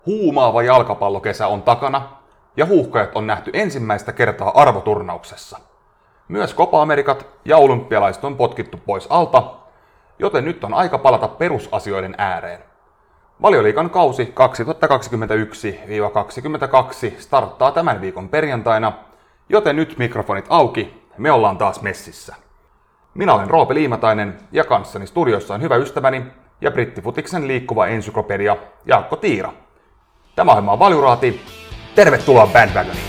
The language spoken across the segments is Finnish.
Huumaava jalkapallokesä on takana ja huuhkajat on nähty ensimmäistä kertaa arvoturnauksessa. Myös Copa Americat ja olympialaiset on potkittu pois alta, joten nyt on aika palata perusasioiden ääreen. Valioliigan kausi 2021-22 starttaa tämän viikon perjantaina, joten nyt mikrofonit auki, me ollaan taas messissä. Minä olen Roope Liimatainen ja kanssani studiossa on hyvä ystäväni ja brittifutiksen liikkuva ensyklopedia Jaakko Tiira. Tämä ohjelma on Valjuraati. Tervetuloa Bandwagoniin!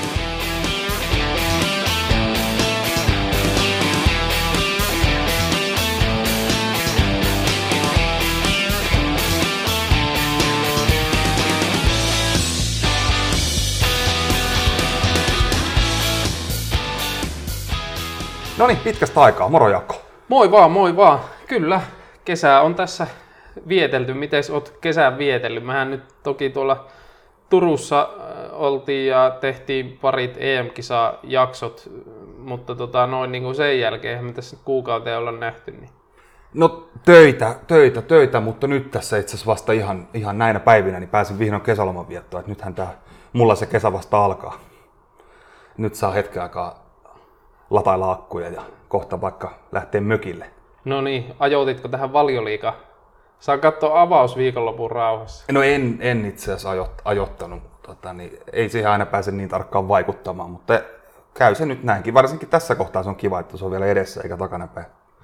No niin, pitkästä aikaa. Moro Jaakko. Moi vaan, moi vaan. Kyllä, kesää on tässä vietelty. Miten oot kesän vietellyt? Mehän nyt toki tuolla Turussa oltiin ja tehtiin parit EM-kisajaksot, mutta noin niin kuin sen jälkeen, eihän me tässä kuukauteen olla nähty. Niin. No töitä, mutta nyt tässä itse asiassa vasta ihan näinä päivinä niin pääsin vihdoin kesäloman viettoon. Nythän mulla se kesä vasta alkaa. Nyt saa hetken aikaa latailla akkuja ja kohta vaikka lähtee mökille. No niin, ajoititko tähän Valioliigaan? Saa katsoa avausviikonlopun rauhassa. No en itse asiassa ajoittanut. Ei siihen aina pääse niin tarkkaan vaikuttamaan, mutta käy se nyt näinkin. Varsinkin tässä kohtaa se on kiva, että se on vielä edessä eikä takanapäin.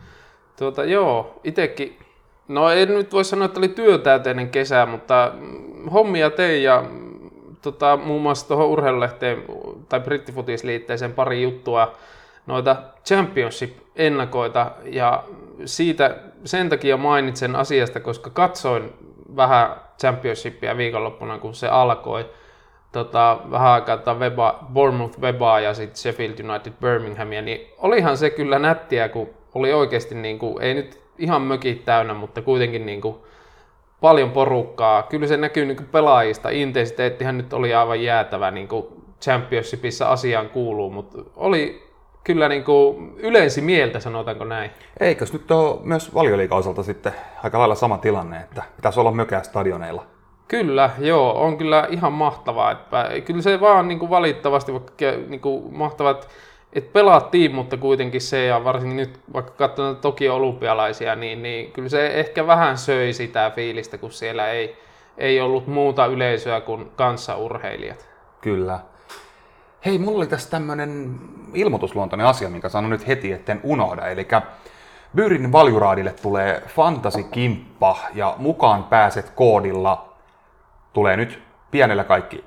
Joo, itekin. No en nyt voi sanoa, että oli työtäyteinen kesä, mutta hommia tein ja muun muassa tuohon urheilulehteen tai brittifutisliitteeseen pari juttua noita Championship-ennakoita ja sen takia mainitsen asiasta, koska katsoin vähän Championshipia viikonloppuna, kun se alkoi. Vähän aikaa Bournemouth Webaa ja sitten Sheffield United Birminghamia, niin olihan se kyllä nättiä, kun oli oikeasti, niin kuin, ei nyt ihan mökit täynnä, mutta kuitenkin niin kuin, paljon porukkaa. Kyllä se näkyy niin kuin pelaajista, intensiteettihän nyt oli aivan jäätävä, niin kuin Championshipissa asiaan kuuluu, mutta oli kyllä niin kuin ylensi mieltä, sanotaanko näin. Eikös nyt ole myös Valioliigan osalta sitten aika lailla sama tilanne, että pitäisi olla mökeä stadioneilla? Kyllä, joo, on kyllä ihan mahtavaa. Että kyllä se vaan niin kuin valittavasti niin kuin mahtavat, että pelattiin, mutta kuitenkin se, ja varsinkin nyt vaikka katsotaan Tokion olympialaisia, niin kyllä se ehkä vähän söi sitä fiilistä, kun siellä ei ollut muuta yleisöä kuin kanssaurheilijat. Kyllä. Hei, mulla oli tässä tämmönen ilmoitusluontoinen asia, minkä sanon nyt heti, etten unohda. Eli Byyrin Valjuraadille tulee Fantasy-kimppa ja mukaan pääset koodilla, tulee nyt pienellä kaikki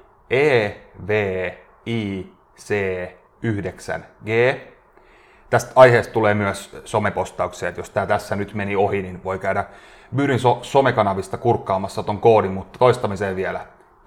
EVIC9G. Tästä aiheesta tulee myös somepostauksia, että jos tää tässä nyt meni ohi, niin voi käydä Byyrin somekanavista kurkkaamassa ton koodin, mutta toistamiseen vielä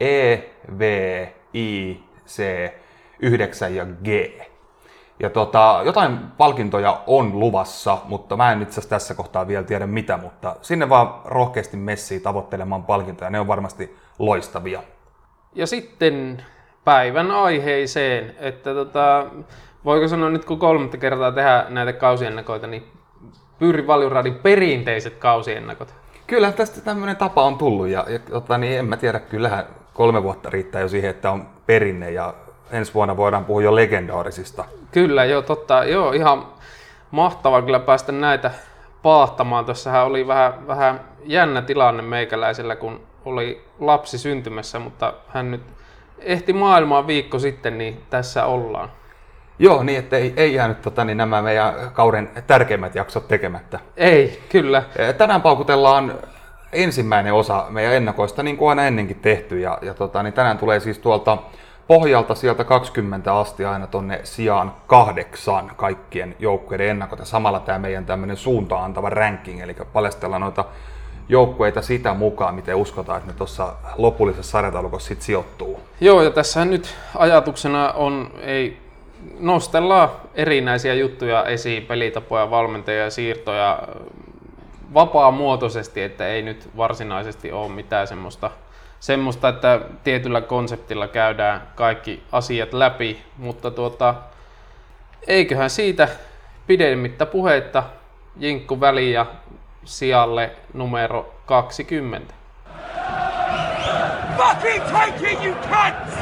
EVIC9 ja G. Ja jotain palkintoja on luvassa, mutta mä en itse asiassa tässä kohtaa vielä tiedä mitä, mutta sinne vaan rohkeasti messiin tavoittelemaan palkintoja, ne on varmasti loistavia. Ja sitten päivän aiheeseen, että voiko sanoa nyt kun 3. kertaa tehdä näitä kausiennakoita, niin Byyrin Valjuraadin perinteiset kausiennakot. Kyllä tästä tämmöinen tapa on tullut ja niin en mä tiedä, kyllähän 3 vuotta riittää jo siihen, että on perinne ja ensi vuonna voidaan puhua jo legendaarisista. Kyllä, joo, totta. Joo, ihan mahtavaa kyllä päästä näitä paahtamaan. Tuossahan oli vähän jännä tilanne meikäläisellä, kun oli lapsi syntymässä, mutta hän nyt ehti maailmaan viikko sitten, niin tässä ollaan. Joo, niin että ei jäänyt niin nämä meidän kauden tärkeimmät jaksot tekemättä. Ei, kyllä. Tänään paukutellaan ensimmäinen osa meidän ennakoista, niin kuin aina ennenkin tehty. Niin tänään tulee siis tuolta pohjalta sieltä 20 asti aina tonne sijaan 8 kaikkien joukkueiden ennakot. Ja samalla tämä meidän tämmöinen suuntaan antava ranking, eli paljastellaan noita joukkueita sitä mukaan, miten uskotaan, että ne tuossa lopullisessa sarjataulukossa sitten sijoittuu. Joo, ja tässä nyt ajatuksena on, nostellaan erinäisiä juttuja esiin, pelitapoja, valmentajia ja siirtoja vapaamuotoisesti, että ei nyt varsinaisesti ole mitään semmoista, että tietyllä konseptilla käydään kaikki asiat läpi, mutta eiköhän siitä pidemmittä puheitta jinkku väliin ja sijalle numero 20. fucking take it, you cunts!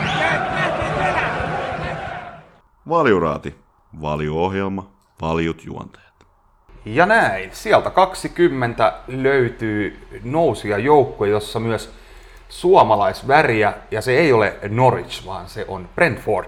Valiuraati. Valio-ohjelma. Valjut juonteet. Ja näin. Sieltä 20 löytyy nousia joukkue, jossa myös suomalaisväriä, ja se ei ole Norwich, vaan se on Brentford.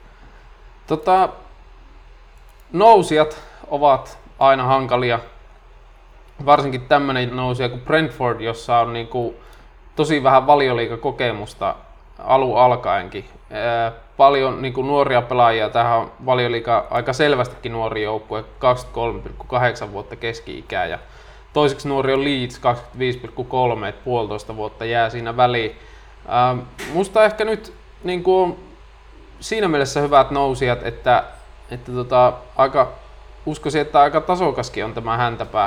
Nousijat ovat aina hankalia. Varsinkin tämmöinen nousija kuin Brentford, jossa on niinku tosi vähän Valioliiga-kokemusta alun alkaenkin. Paljon niinku nuoria pelaajia. Tähän on Valioliiga aika selvästikin nuori joukkue, 23,8 vuotta keski-ikää. Ja toiseksi nuori on Leeds, 25,3, että puolitoista vuotta jää siinä väliin. Musta ehkä nyt niinku on siinä mielessä hyvät nousijat, että uskoisin, että aika tasokaskin on tämä häntäpää.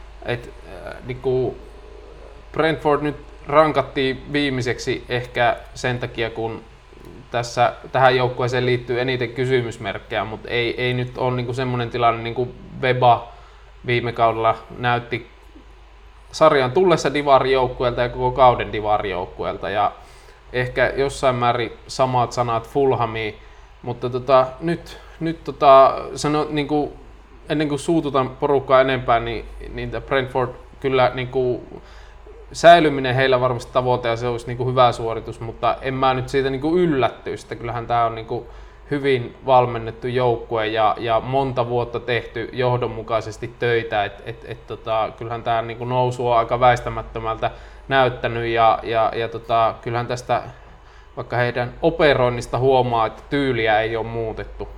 Niinku Brentford nyt rankattiin viimeiseksi ehkä sen takia, kun tähän joukkueeseen liittyy eniten kysymysmerkkejä, mutta ei nyt ole niinku semmoinen tilanne, niin kuin Weba viime kaudella näytti sarjan tullessa divarijoukkueelta ja koko kauden divarijoukkueelta. Ja ehkä jossain määrin samat sanat Fulhamiin, mutta nyt sano, niinku, ennen kuin suututan porukkaa enempää, niin Brentford kyllä niinku, säilyminen heillä varmasti tavoite ja se olisi niinku hyvä suoritus, mutta en mä nyt siitä niinku yllättyisi, että kyllähän tämä on niinku hyvin valmennettu joukkue ja monta vuotta tehty johdonmukaisesti töitä, kyllähän tämä niinku nousu on aika väistämättömältä näyttänyt ja kyllähän tästä vaikka heidän operoinnista huomaa, että tyyliä ei ole muutettu.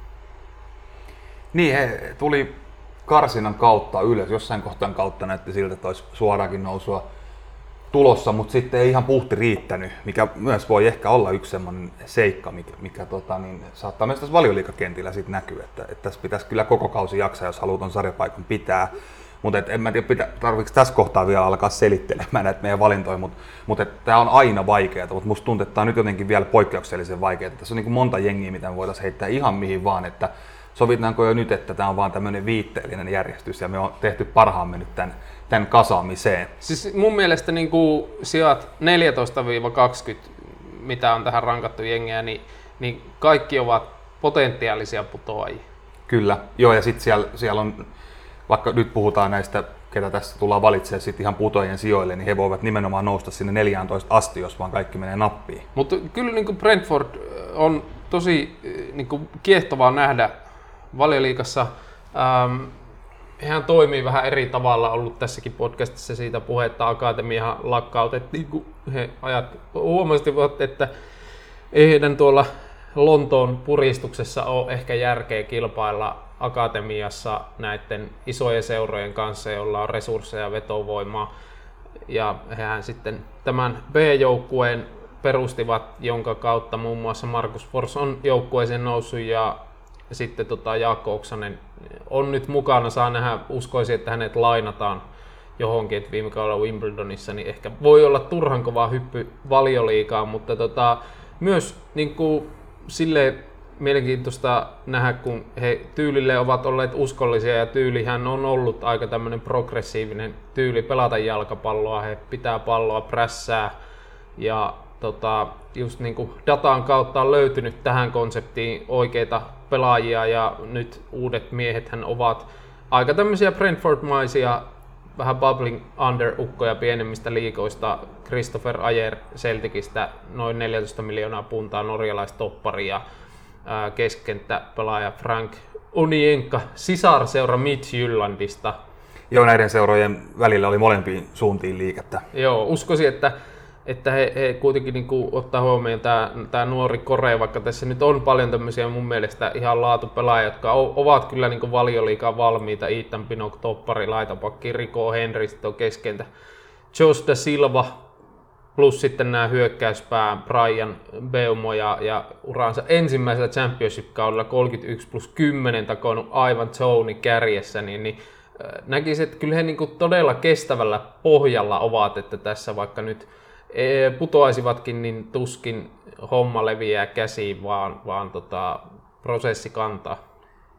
Niin, he tuli karsinan kautta ylös. Jossain kohtaan kautta näytti siltä, että olisi suoraankin nousua tulossa, mutta sitten ei ihan puhti riittänyt, mikä myös voi ehkä olla yksi semmoinen seikka, mikä saattaa myös tässä Valioliigakentillä sitten näkyä, että tässä pitäisi kyllä koko kausi jaksaa, jos haluaa ton sarjapaikan pitää. Mutta en mä tiedä, tarvitseeko tässä kohtaa vielä alkaa selittelemään näitä meidän valintoja, mutta tämä on aina vaikeaa, mutta musta tuntuu, että tämä on nyt jotenkin vielä poikkeuksellisen vaikeaa. Tässä on niin kuin monta jengiä, mitä me voitaisiin heittää ihan mihin vaan, että sovitaanko jo nyt, että tämä on vaan tämmöinen viitteellinen järjestys ja me on tehty parhaamme nyt tämän kasaamiseen. Siis mun mielestä niin kuin sijat 14-20, mitä on tähän rankattu jengiä, niin kaikki ovat potentiaalisia putoajia. Kyllä, joo, ja sitten siellä on, vaikka nyt puhutaan näistä, ketä tässä tullaan valitsemaan sitten ihan putoajien sijoille, niin he voivat nimenomaan nousta sinne 14 asti, jos vaan kaikki menee nappiin. Mutta kyllä niin kuin Brentford on tosi niin kuin kiehtovaa nähdä Valioliigassa. Hehän toimii vähän eri tavalla, ollut tässäkin podcastissa siitä puhetta, akatemiahan lakkautettiin, kun he huomasivat, että ei heidän tuolla Lontoon puristuksessa ole ehkä järkeä kilpailla akatemiassa näiden isojen seurojen kanssa, joilla on resursseja ja vetovoimaa. Ja hehän sitten tämän B-joukkueen perustivat, jonka kautta muun muassa Markus Fors on joukkueeseen noussut ja sitten Jaakko Oksanen on nyt mukana. Saa nähdä, uskoisin, että hänet lainataan johonkin, että viime kaudella Wimbledonissa, niin ehkä voi olla turhan kova hyppy Valioliigaan, mutta myös niin kuin, silleen mielenkiintoista nähdä, kun he tyylille ovat olleet uskollisia ja tyylihän on ollut aika tämmöinen progressiivinen tyyli pelata jalkapalloa, he pitää palloa, prässää ja just niin kuin datan kautta on löytynyt tähän konseptiin oikeita pelaajia ja nyt uudet miehethän ovat aika tämmöisiä Brentford-maisia, vähän bubbling under-ukkoja pienemmistä liigoista. Christopher Ajer Celticistä, noin 14 miljoonaa puntaa, norjalaistoppari ja keskenttäpelaaja Frank Onienka, sisarseura Midtjyllandista. Joo, näiden seurojen välillä oli molempiin suuntiin liikettä. Joo, uskoisin, että he kuitenkin niin kuin ottaa huomioon tämä nuori Kore, vaikka tässä nyt on paljon tämmöisiä mun mielestä ihan laatupelaajia, jotka ovat kyllä niin kuin Valioliigaan valmiita. Ethan Pinnock, toppari, laitapakki, Rico Henry, sitten on keskeltä Jos da Silva, plus sitten nämä hyökkäyspää Brian Beumo ja uransa ensimmäisellä Championship-kaudella 31+10 takonut aivan Tony kärjessä, niin näkisin, että kyllä he niin kuin todella kestävällä pohjalla ovat, että tässä vaikka nyt putoaisivatkin, niin tuskin homma leviää käsiin, vaan prosessi kantaa.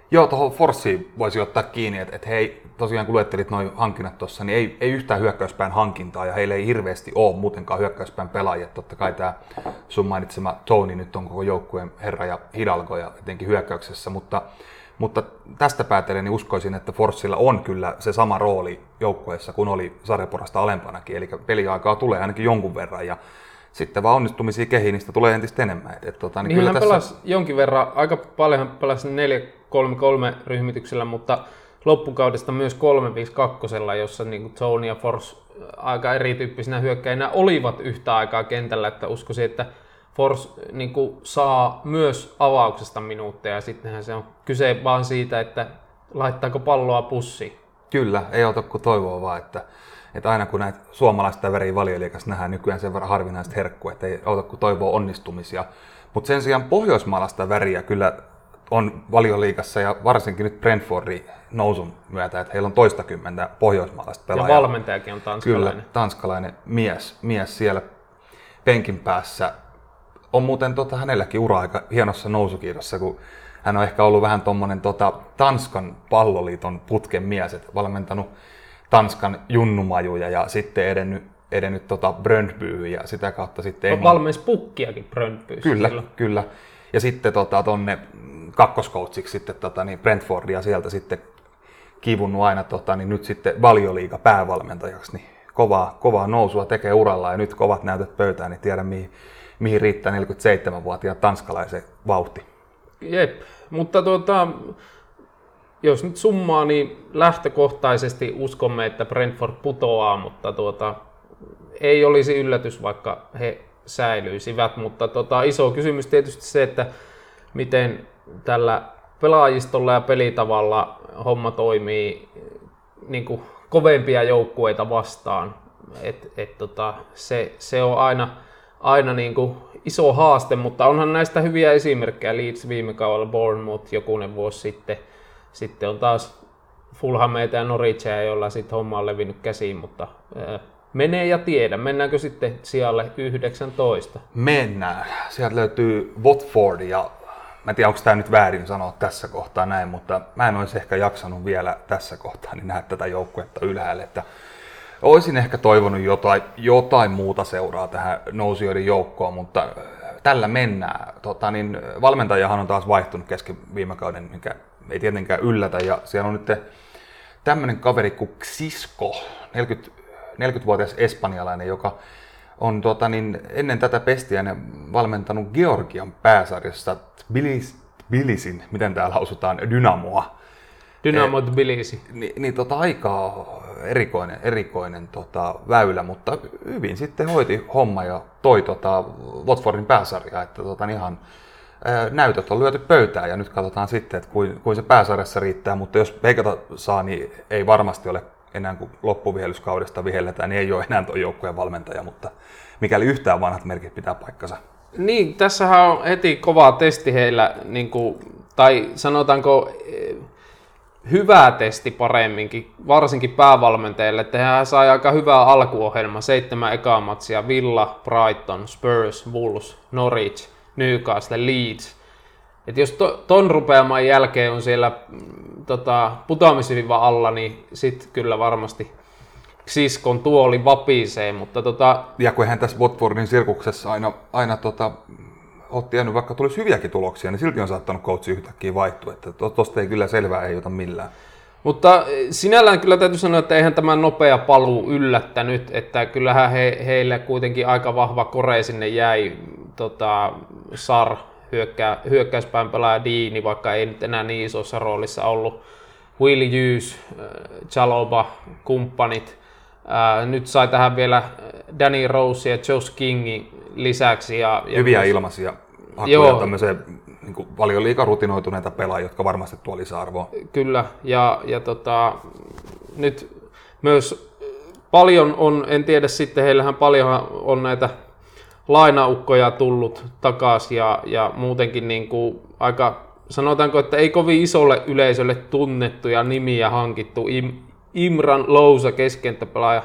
Joo, tuohon Forssiin voisi ottaa kiinni, että hei, tosiaan kun luettelit noin hankinnat tuossa, niin ei yhtään hyökkäyspään hankintaa ja heillä ei hirveästi ole muutenkaan hyökkäyspään pelaajia. Totta kai tämä sun mainitsema Tony nyt on koko joukkueen herra ja Hidalgo ja etenkin hyökkäyksessä, mutta tästä päätellen niin uskoisin, että Forssilla on kyllä se sama rooli joukkueessa kuin oli sarjaporasta alempanakin, eli peliaikaa tulee ainakin jonkun verran ja sitten vaan onnistumisia kehiin, niistä tulee entistä enemmän. Niin kyllä hän pelasi jonkin verran, aika paljon hän pelasi 4-3-3 ryhmityksellä, mutta loppukaudesta myös 3-5-2, jossa niin Tony ja Forss aika erityyppisinä hyökkäinä olivat yhtä aikaa kentällä, että uskoisin, että Forss niin saa myös avauksesta minuutteja ja sittenhän se on kyse vaan siitä, että laittaako palloa pussiin. Kyllä, ei auta kuin toivoa vaan, että aina kun näitä suomalaista väriä Valioliigassa nähdään nykyään sen verran harvinaista herkkua, että ei auta kuin toivoa onnistumisia. Mutta sen sijaan pohjoismaalaista väriä kyllä on Valioliigassa ja varsinkin nyt Brentfordin nousun myötä, että heillä on toistakymmentä pohjoismaalaista pelaajaa. Ja valmentajakin on tanskalainen. Kyllä, tanskalainen mies siellä penkin päässä. On muuten hänelläkin ura aika hienossa nousukiidossa, kun hän on ehkä ollut vähän tommonen Tanskan palloliiton putken mies, että valmentanut Tanskan junnumajuja ja sitten edennyt Brøndbyyn ja sitä kautta sitten on valmis pukkiakin Brøndbyyssä. Kyllä. Ja sitten tonne kakkoskoutsiksi sitten Brentfordia sieltä sitten kivunnut aina niin nyt sitten Valioliiga päävalmentajaksi, niin kovaa nousua tekee uralla ja nyt kovat näytöt pöytään, niin tiedä mihin riittää 47-vuotiaan tanskalaisen vauhti. Jep, mutta jos nyt summaa, niin lähtökohtaisesti uskomme, että Brentford putoaa, mutta ei olisi yllätys, vaikka he säilyisivät. Mutta iso kysymys tietysti se, että miten tällä pelaajistolla ja pelitavalla homma toimii niin kuin kovempia joukkueita vastaan. Se on aina niin kuin iso haaste, mutta onhan näistä hyviä esimerkkejä. Leeds viime kaudella, Bournemouth jokunen vuosi sitten. Sitten on taas Fulhameita ja Norwichia, joilla sitten homma on levinnyt käsiin, mutta menee ja tiedä. Mennäänkö sitten sijalle 19? Mennään. Sieltä löytyy Watford ja mä en tiedä, onko tämä nyt väärin sanoa tässä kohtaa näin, mutta mä en olisi ehkä jaksanut vielä tässä kohtaa niin nähdä tätä joukkuetta ylhäälle. Että olisin ehkä toivonut jotain muuta seuraa tähän nousijoiden joukkoon, mutta tällä mennään. Valmentajahan on taas vaihtunut kesken viime kauden, mikä ei tietenkään yllätä. Ja siellä on nyt tämmöinen kaveri kuin Xisco, 40-vuotias espanjalainen, joka on ennen tätä pestiä valmentanut Georgian pääsarjassa Tbilisin, miten tää lausutaan, Dynamoa. Dynamo Tbilisi. Aika erikoinen väylä, mutta hyvin sitten hoiti homma ja toi Watfordin pääsarjaa, että ihan näytöt on lyöty pöytään ja nyt katsotaan sitten, että kuin se pääsarjassa riittää, mutta jos veikata saa, niin ei varmasti ole enää kuin loppuvihellyskaudesta vihelletään, niin ei ole enää tuo joukkueen valmentaja, mutta mikäli yhtään vanhat merkit pitää paikkansa. Niin, tässähän on heti kova testi heillä, tai sanotaanko hyvä testi paremminkin, varsinkin päävalmentajille, että hän sai aika hyvää alkuohjelma, 7 ekaa matsia, Villa, Brighton, Spurs, Wolves, Norwich, Newcastle, Leeds. Et jos ton rupeaman jälkeen on siellä putoamisviivan alla, niin sit kyllä varmasti Xiskon tuoli vapisee, mutta Ja kun hän tässä Watfordin sirkuksessa aina otti jäänyt, vaikka tulisi hyviäkin tuloksia, niin silti on saattanut coachi yhtäkkiä vaihtua, että tosta ei kyllä selvää ei ota millään. Mutta sinällään kyllä täytyy sanoa, että eihän tämä nopea paluu yllättänyt, että kyllähän heille kuitenkin aika vahva kore sinne jäi Sar, hyökkäyspään pelaaja Diini, vaikka ei nyt enää niin isossa roolissa ollut, Will Hughes, Chaloba, kumppanit. Nyt sai tähän vielä Danny Rose ja Josh Kingin lisäksi. Hyviä ilmaisia hakuja tämmöiseen Valioliigan rutinoituneita pelaajia, jotka varmasti tuo lisäarvoa. Kyllä, ja nyt myös paljon on, en tiedä sitten, heillähän paljon on näitä lainaukkoja tullut takaisin ja muutenkin aika, sanotaanko, että ei kovin isolle yleisölle tunnettuja nimiä hankittu. Imran Lousa, keskenttäpelaaja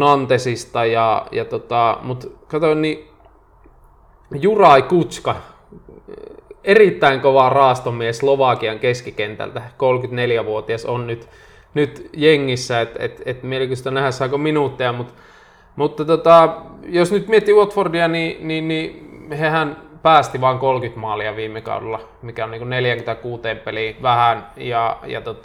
Nantesista, mutta katsoin, niin Juraj Kutska erittäin kova raastomies Slovakian keskikentältä. 34-vuotias on nyt jengissä, että mielenkiintoista nähdä saako minuutteja, mutta jos nyt miettii Watfordia, niin hehän päästi vain 30 maalia viime kaudella, mikä on niin kuin 46 peliä vähän, ja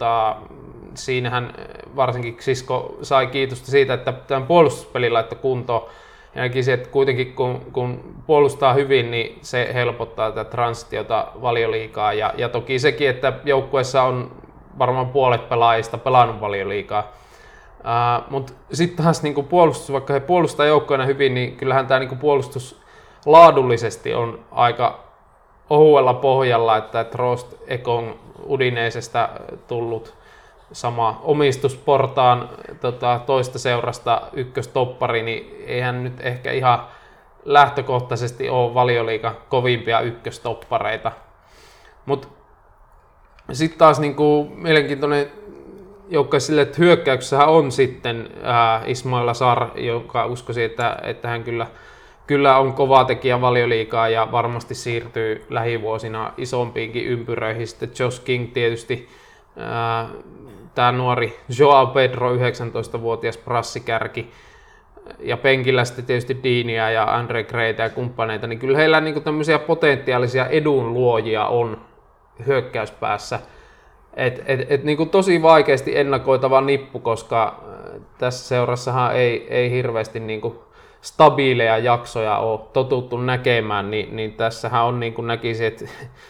siinähän varsinkin Xisco sai kiitosta siitä, että tämän puolustuspelin laittoi kuntoon, ja näkisin, että kuitenkin kun puolustaa hyvin, niin se helpottaa tätä transitiota Valioliigaa, ja toki sekin, että joukkueessa on varmaan puolet pelaajista pelannut Valioliigaa. Mutta sitten taas niinku puolustus, vaikka he puolustaa joukkoina hyvin, niin kyllähän tämä niinku puolustus laadullisesti on aika ohuella pohjalla, että Trost Ekong Udinesestä tullut sama omistusportaan toista seurasta ykköstoppari, niin eihän nyt ehkä ihan lähtökohtaisesti ole Valioliigan kovimpia ykköstoppareita. Mutta sitten taas niinku mielenkiintoinen joukko sille, että hyökkäyksessähän on sitten Ismail Sarr, joka uskoisi, että hän kyllä on kova tekijä Valioliigaa ja varmasti siirtyy lähivuosina isompiinkin ympyröihin. Sitten Josh King tietysti, tämä nuori Joao Pedro, 19-vuotias brassikärki, ja penkillä sitten tietysti Deania ja Andre Greytä ja kumppaneita, niin kyllä heillä niinku tämmöisiä potentiaalisia edunluojia on hyökkäyspäässä. Niinku tosi vaikeasti ennakoitava nippu, koska tässä seurassahan ei hirveästi niinku stabiileja jaksoja ole totuttu näkemään, niin tässähän on niin kuin näkisin, että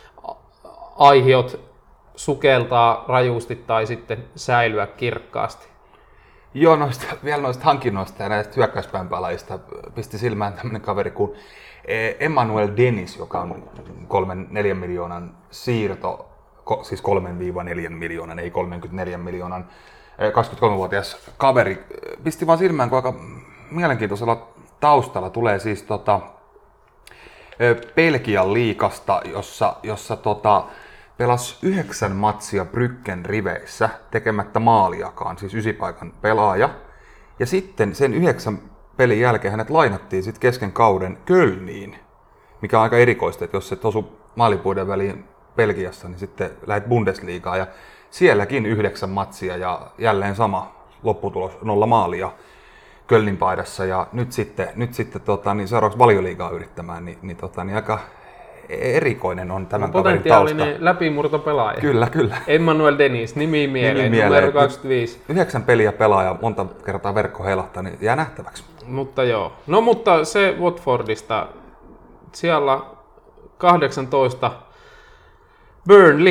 aihiot sukeltaa rajusti tai sitten säilyä kirkkaasti. Joo, vielä noista hankinnoista ja näistä hyökkäyspään pelaajista pisti silmään tämmöinen kaveri kuin Emmanuel Dennis, joka on 3-4 miljoonan siirto, siis 3-4 miljoonan, ei 34 miljoonan, 23-vuotias kaveri. Pisti vaan silmään, kun aika mielenkiintoisella taustalla tulee siis Belgian liigasta, jossa pelasi 9 matsia Bryggen riveissä tekemättä maaliakaan, siis 9 paikan pelaaja. Ja sitten sen 9 pelin jälkeen hänet lainattiin sitten kesken kauden Kölniin, mikä on aika erikoista, että jos et osu maalipuiden väliin Belgiassa, niin sitten lähdet Bundesliigaan ja sielläkin 9 matsia ja jälleen sama lopputulos, 0 maalia Kölnin paidassa, ja nyt sitten niin seuraavaksi Valioliigaa yrittämään, niin aika erikoinen on tämän kaverin tausta. Potentiaalinen läpimurtopelaaja. Kyllä. Emmanuel Dennis, nimi mieleen, numero 25. 9 peliä pelaaja, monta kertaa verkko heilahtaa, niin jää nähtäväksi. Mutta joo. No mutta se Watfordista, siellä 18 Burnley,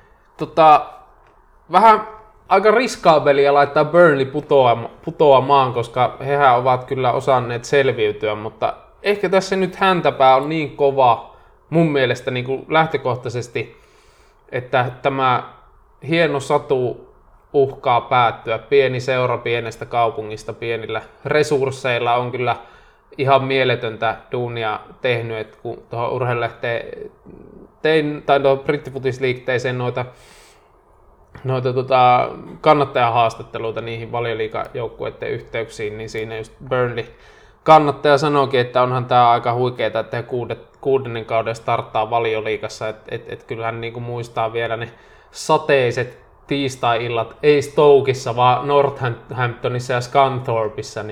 vähän aika riskaabelia laittaa Burnley putoamaan, koska hehän ovat kyllä osanneet selviytyä, mutta ehkä tässä nyt häntäpää on niin kova mun mielestä niin kuin lähtökohtaisesti, että tämä hieno satu uhkaa päättyä. Pieni seura pienestä kaupungista pienillä resursseilla on kyllä ihan mieletöntä duunia tehnyt, että kun tuohon urheilulehteen tuohon brittifutisliikteeseen noita kannattajahaastatteluita niihin Valioliigajoukkueiden yhteyksiin, niin siinä just Burnley kannattaja sanoikin, että onhan tämä aika huikeeta, että he kuudennen kauden starttaa Valioliigassa, että kyllähän niinku muistaa vielä ne sateiset tiistai-illat, ei Stokeissa, vaan Northamptonissa ja Scunthorpeissa,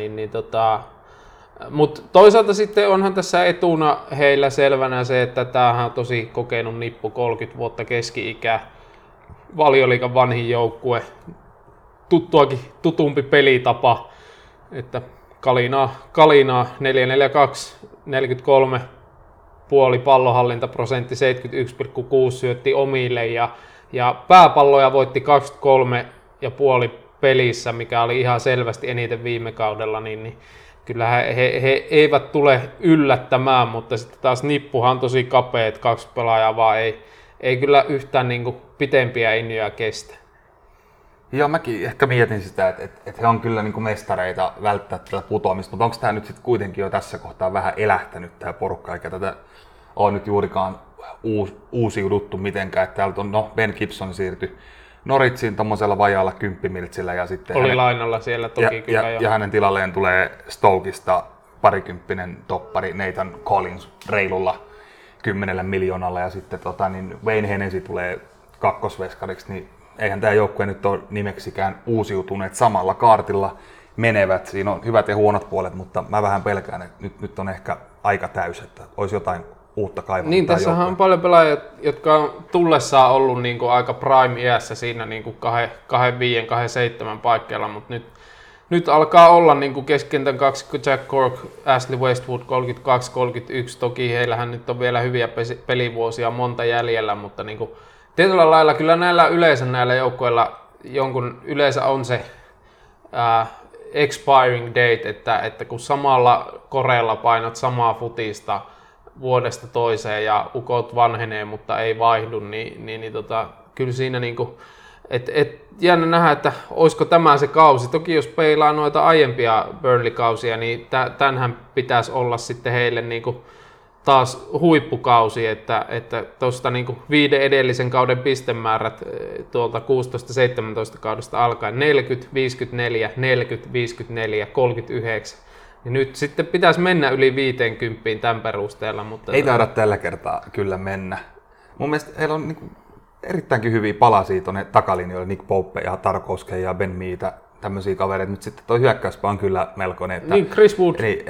mutta toisaalta sitten onhan tässä etuna heillä selvänä se, että tämähän on tosi kokenut nippu, 30 vuotta keski-ikää, Valioliigan vanhin joukkue, tutumpi pelitapa, että Kalinaa 4-4-2, 43 puoli pallonhallintaprosentti, 71,6 syötti omille ja pääpalloja voitti 23,5 pelissä, mikä oli ihan selvästi eniten viime kaudella, niin kyllä he eivät tule yllättämään, mutta sitten taas nippuhan on tosi kapea, että 2 pelaajaa vaan ei kyllä yhtään niin pitempiä injoja kestä. Joo, mäkin ehkä mietin sitä, että he on kyllä niin kuin mestareita välttää tätä putoamista, mutta onko tämä nyt sitten kuitenkin jo tässä kohtaa vähän elähtänyt tämä porukka, eikä tätä ole nyt juurikaan uusiuduttu mitenkään, että täältä on, Ben Gibson siirtyi Norwichiin tommosella vajaalla 10 miltsillä ja sitten oli lainalla siellä toki kyllä ja hänen tilalleen tulee Stokesta 20 toppari Nathan Collins reilulla 10 miljoonalla ja sitten niin Wayne Hennessy tulee kakkosveskariksi, niin eihän tämä joukkue nyt ole nimeksikään uusiutuneet samalla kaartilla menevät. Siinä on hyvät ja huonot puolet, mutta mä vähän pelkään, että nyt on ehkä aika täys, että olisi jotain uutta kaivaa. Niin, tässä on paljon pelaajia, jotka on tullessaan ollut niin kuin aika prime-iässä siinä niin kuin 25-27 paikkeilla, mutta nyt alkaa olla niin kuin keskentän kaksikko Jack Cork, Ashley Westwood 32-31. Toki heillähän nyt on vielä hyviä pelivuosia monta jäljellä, mutta niin kuin tietyllä lailla kyllä näillä joukkueilla jonkun yleensä on se expiring date, että kun samalla koreella painat samaa futista vuodesta toiseen ja ukot vanhenee, mutta ei vaihdu, niin kyllä siinä niinku, jännä nähdä, että olisiko tämä se kausi. Toki jos peilaa noita aiempia Burnley-kausia, niin tämänhän pitäisi olla sitten heille niinku taas huippukausi, että tuosta niinku 5 edellisen kauden pistemäärät tuolta 16-17 kaudesta alkaen 40, 54, 40, 54, 39. Ja nyt sitten pitäisi mennä yli 50 tämän perusteella. Mutta ei taida tällä kertaa kyllä mennä. Mun mielestä heillä on niinku erittäinkin hyviä palasia tuonne takalinjoille, Nick Pope ja Tarkowski ja Ben Meitä, tämmöisiä kavereita. Nyt sitten tuo hyökkäyspä on kyllä melkoinen. Että, niin, Chris Wood. Niin,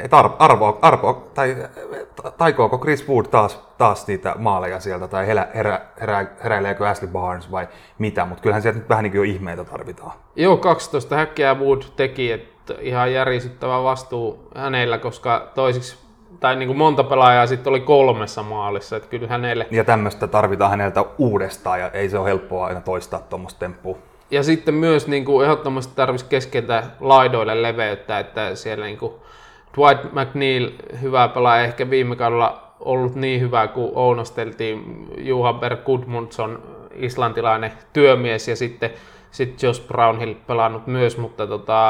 taikooko Chris Wood taas niitä maaleja sieltä, tai heräileekö Ashley Barnes vai mitä, mutta kyllähän sieltä nyt vähän niin kuin jo ihmeitä tarvitaan. Joo, 12 häkkiä Wood teki, että ihan järisyttävä vastuu hänellä, koska toisiksi tai niin kuin monta pelaajaa sitten oli 3 maalissa, että kyllä hänelle. Ja tämmöistä tarvitaan häneltä uudestaan ja ei se ole helppoa aina toistaa tuommoista temppua. Ja sitten myös niin kuin ehdottomasti tarvitsisi keskeltä laidoille leveyttä, että siellä niin kuin Dwight McNeil, hyvä pelaaja, ehkä viime kaudella ollut niin hyvä kuin ounosteltiin. Johan Berg Gudmundsson, islantilainen työmies, ja sitten Josh Brownhill pelannut myös, mutta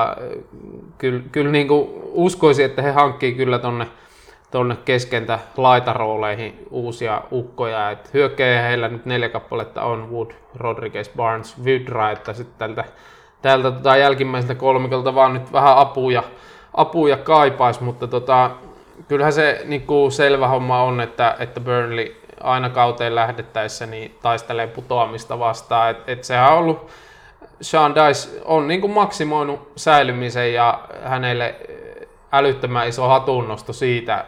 kyllä niin kuin uskoisin, että he hankkii kyllä tonne keskentä laitarooleihin uusia ukkoja. Et hyökkääjä heillä nyt 4 kappaletta on Wood, Rodriguez, Barnes, Vydra, että sitten tältä jälkimmäiseltä kolmikolta vaan nyt vähän apuja kaipaisi, mutta kyllähän se niinku selvä homma on, että Burnley aina kauteen lähdettäessä niin taistelee putoamista vastaan. Et sehän on ollut, Sean Dyche on niinku maksimoinut säilymisen ja hänelle älyttömän iso hatunnosto siitä,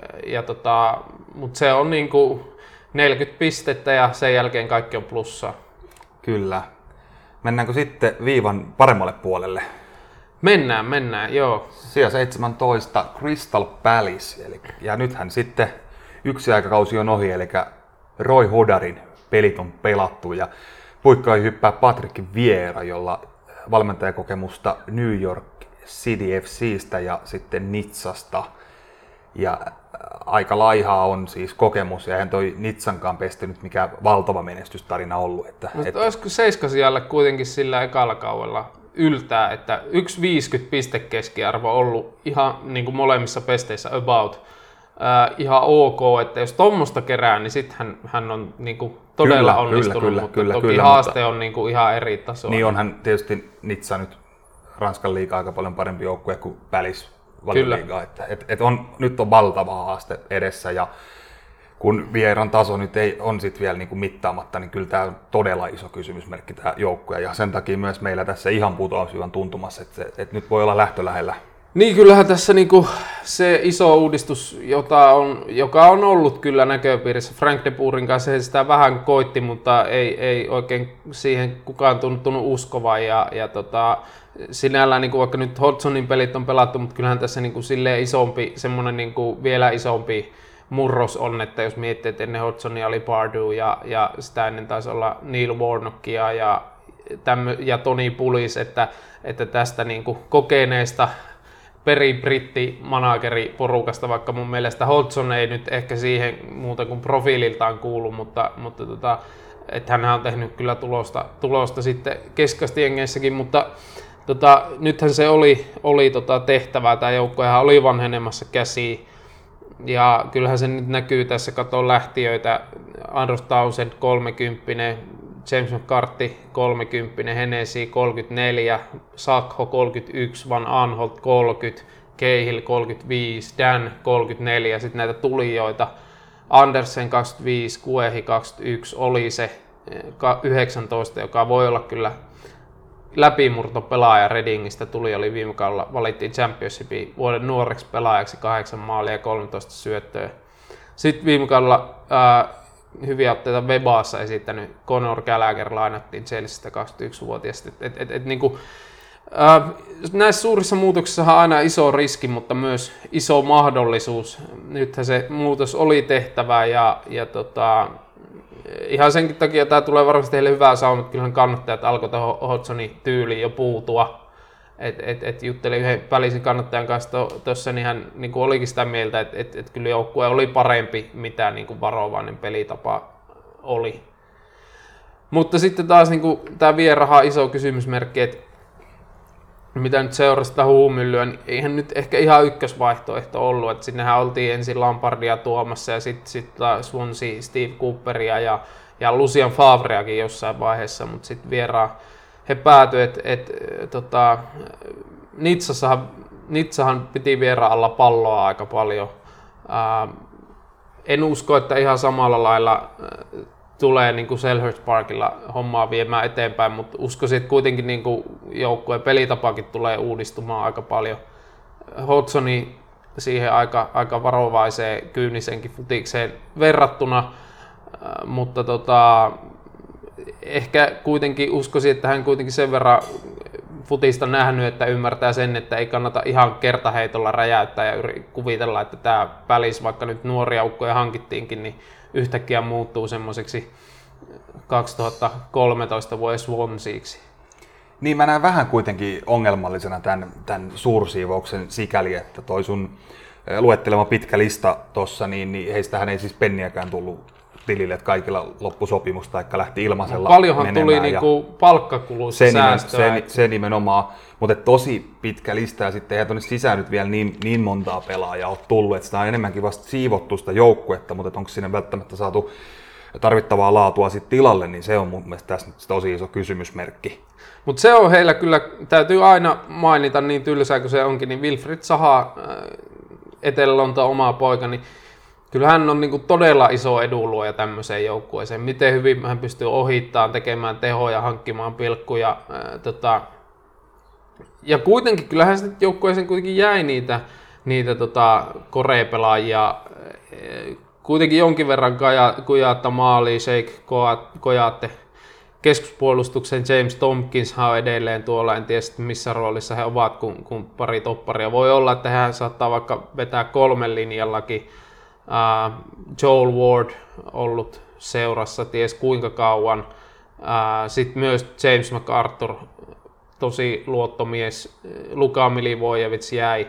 mutta se on niinku 40 pistettä ja sen jälkeen kaikki on plussaa. Kyllä. Mennäänkö sitten viivan paremmalle puolelle? Mennään, joo. Sija 17 Crystal Palace, ja nythän sitten yksi aikakausi on ohi, eli Roy Hodarin pelit on pelattu ja puikkoihin hyppää Patrick Vieira, jolla valmentajakokemusta New York City FC:stä ja sitten Nizzasta. Ja aika laihaa on siis kokemus, ja eihän toi Nizzankaan pestynyt mikään valtava menestystarina ollut. Olisiko 7 sijalle kuitenkin sillä ekalla kaudella yltää, että 1,50 pistekeskiarvo ollut ihan niin kuin molemmissa pesteissä about ihan ok, että jos tuommoista kerää, niin sitten hän on niin kuin todella onnistunut, mutta toki haaste on niin kuin ihan eri tasoa. Niin onhan tietysti Nizza nyt Ranskan liiga aika paljon parempi joukkue kuin Palace Valioliiga, että nyt on valtava haaste edessä, ja kun Vieiran taso nyt on sit vielä niin kuin mittaamatta, niin kyllä tämä on todella iso kysymysmerkki tämä joukkue, ja sen takia myös meillä tässä ihan putoamisviivan tuntumassa, että nyt voi olla lähtö lähellä. Niin, kyllähän tässä niinku se iso uudistus, joka on ollut kyllä näköpiirissä. Frank de Boerin kanssa he sitä vähän koitti, mutta ei oikein siihen kukaan tuntunut uskovan. Sinällään niinku, vaikka nyt Hodgsonin pelit on pelattu, mutta kyllähän tässä niinku silleen isompi, semmoinen niinku vielä isompi murros on, että jos miettii, että ennen Hodgsonia oli Pardew ja sitä ennen taisi olla Neil Warnockia ja Tony Pulis, että tästä niinku kokeneesta britti-manageriporukasta, vaikka mun mielestä Hodgson ei nyt ehkä siihen muuta kuin profiililtaan kuulu, mutta että hän on tehnyt kyllä tulosta sitten keskikästijengeissäkin, mutta nythän se oli tehtävää, tämä joukkoja oli vanhenemassa käsiin, ja kyllähän se nyt näkyy tässä, katon lähtiöitä, Andros Townsend 30, James McCarthy 30, Hennessy 34, Sakho 31, Van Aanholt 30, Cahill 35, Dan 34, sitten näitä tulijoita Andersen 25, Kuehi 21, oli se 19, joka voi olla kyllä läpimurtopelaaja Readingistä oli viime kaudella, valittiin Championshipin vuoden nuoreksi pelaajaksi 8 maalia ja 13 syöttöä. Sitten viime kaudella hyviä otteita Webaassa esittänyt Conor Gallagher lainattiin Chelseasta 21-vuotiaasta. Niinku, näissä suurissa muutoksissa on aina iso riski, mutta myös iso mahdollisuus. Nythän se muutos oli tehtävä ja ihan senkin takia tämä tulee varmasti heille hyvää sauma, mutta kyllähän kannattajat alkoi tuohon Hodgsonin tyyliin jo puutua. Juttelin yhden välisin kannattajan kanssa tuossa, niin hän niin olikin sitä mieltä, että kyllä joukkue oli parempi, mitä niin varovainen pelitapa oli. Mutta sitten taas niin tämä vieraha iso kysymysmerkki, että mitä nyt seurasi sitä huumyllyä, niin eihän nyt ehkä ihan ykkösvaihtoehto ollut. Että sinnehän oltiin ensin Lampardia tuomassa ja sitten Swansea, Steve Cooperia ja Lucien Favreakin jossain vaiheessa, mutta sitten vieraan he päätyivät, että Nizzahan piti vieraan alla palloa aika paljon. En usko, että ihan samalla lailla tulee niin kuin Selhurst Parkilla hommaa viemään eteenpäin, mutta uskoisin, että kuitenkin niin kuin joukkueen pelitapakin tulee uudistumaan aika paljon. Hodgsoni siihen aika varovaiseen kyynisenkin futikseen verrattuna, mutta ehkä kuitenkin uskoisin, että hän kuitenkin sen verran futista nähnyt, että ymmärtää sen, että ei kannata ihan kertaheitolla räjäyttää ja kuvitella, että tämä välis, vaikka nyt nuoria ukkoja hankittiinkin, niin yhtäkkiä muuttuu semmoiseksi 2013 vuoden Swanseaksi. Niin mä näen vähän kuitenkin ongelmallisena tämän suursiivouksen sikäli, että toi sun luettelema pitkä lista tossa, niin heistähän ei siis penniäkään tullut tilille, että kaikilla loppusopimus tai lähti ilmaisella paljonhan menemään. Tuli niinku palkkakuluissa säästöä. Se nimenomaan, mutta tosi pitkä lista ja sitten eihän tuonne sisään nyt vielä niin montaa pelaajaa ole tullut, että sitä on enemmänkin vasta siivottu sitä joukkuetta, mutta onko sinne välttämättä saatu tarvittavaa laatua sitten tilalle, niin se on mun mielestä tässä tosi iso kysymysmerkki. Mutta se on heillä kyllä, täytyy aina mainita niin tylsää kuin se onkin, niin Wilfried Zaha, Etelä-Lontoon oma poika, niin kyllä hän on niinku todella iso edunluoja tämmöiseen joukkueeseen. Miten hyvin hän pystyy ohittamaan, tekemään tehoja, hankkimaan pilkkuja. Ja kuitenkin, kyllähän sitten joukkueeseen kuitenkin jäi niitä koreapelaajia. Kuitenkin jonkin verran Kujatta maaliin, Sheikh Kojatte. Keskuspuolustuksen James Tompkins on edelleen tuolla, en tiedä missä roolissa he ovat, kun pari topparia. Voi olla, että hän saattaa vaikka vetää 3 linjallakin. Joel Ward ollut seurassa ties kuinka kauan. Sitten myös James MacArthur, tosi luottomies. Luka Milivojevic jäi.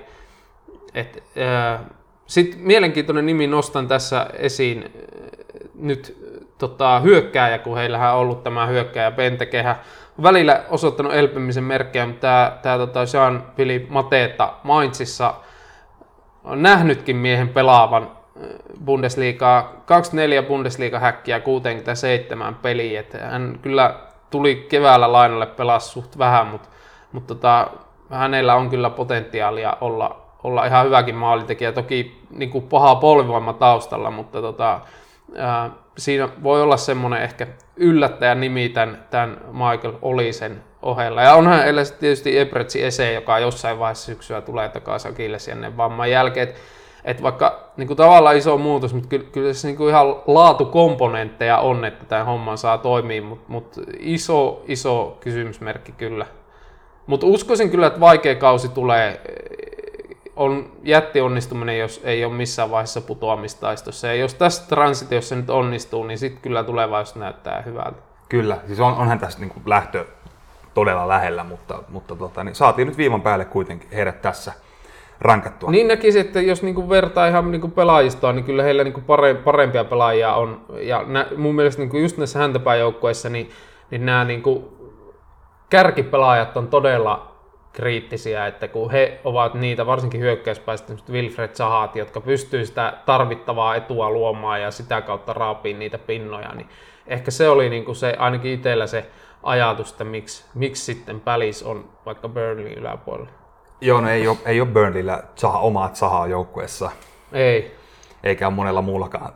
Sitten mielenkiintoinen nimi nostan tässä esiin nyt hyökkääjä, kun heillähän on ollut tämä hyökkääjä Bentekehä. Välillä osoittanut elpymisen merkkejä, mutta tämä Jean-Philippe Mateta Mainzissa on nähnytkin miehen pelaavan Bundesliigaa, 24 Bundesliga-häkkiä 67 peliä. Että hän kyllä tuli keväällä lainalle, pelasi suht vähän, mutta hänellä on kyllä potentiaalia olla ihan hyväkin maalintekijä. Toki niin kuin paha polvivoima taustalla, mutta siinä voi olla semmoinen ehkä yllättäjän nimi tämän Michael Olisen ohella. Ja onhan heillä tietysti Ebretsi Ese, joka jossain vaiheessa syksyä tulee takaisin Akillesianen vamman jälkeen. Että vaikka niin kuin tavallaan iso muutos, mutta kyllä se niin kuin ihan laatukomponentteja on, että tämä homma saa toimia, mutta iso kysymysmerkki kyllä. Mutta uskoisin kyllä, että vaikea kausi tulee. On jätti onnistuminen, jos ei ole missään vaiheessa putoamistaistossa. Ja jos tässä transitiossa nyt onnistuu, niin sitten kyllä tulevaisuus näyttää hyvältä. Kyllä, siis onhan tässä niin kuin lähtö todella lähellä, mutta niin saatiin nyt viivan päälle kuitenkin heidät tässä rankattua. Niin näkisin, että jos niinku vertaa ihan niinku pelaajistoa, niin kyllä heillä niinku parempia pelaajia on. Ja mun mielestä niinku just näissä häntäpääjoukkueissa, niin nämä niinku kärkipelaajat on todella kriittisiä, että kun he ovat niitä, varsinkin hyökkäyspäästä, Wilfried Zahat, jotka pystyy sitä tarvittavaa etua luomaan ja sitä kautta raapiin niitä pinnoja, niin ehkä se oli niinku se, ainakin itsellä se ajatus, että miksi sitten Palace on vaikka Burnley yläpuolella. Joo, no ei ole Burnleyllä omaa Zahaa joukkueessa. Ei. Eikä ole monella muullakaan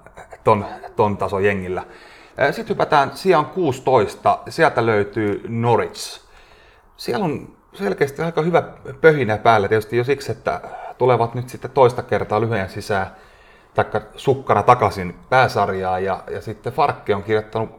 ton tason jengillä. Sitten hypätään sijaan 16, sieltä löytyy Norwich. Siellä on selkeästi aika hyvä pöhinä päällä tietysti jo siksi, että tulevat nyt sitten toista kertaa lyhyen sisään taikka sukkana takaisin pääsarjaan ja sitten Farkke on kirjoittanut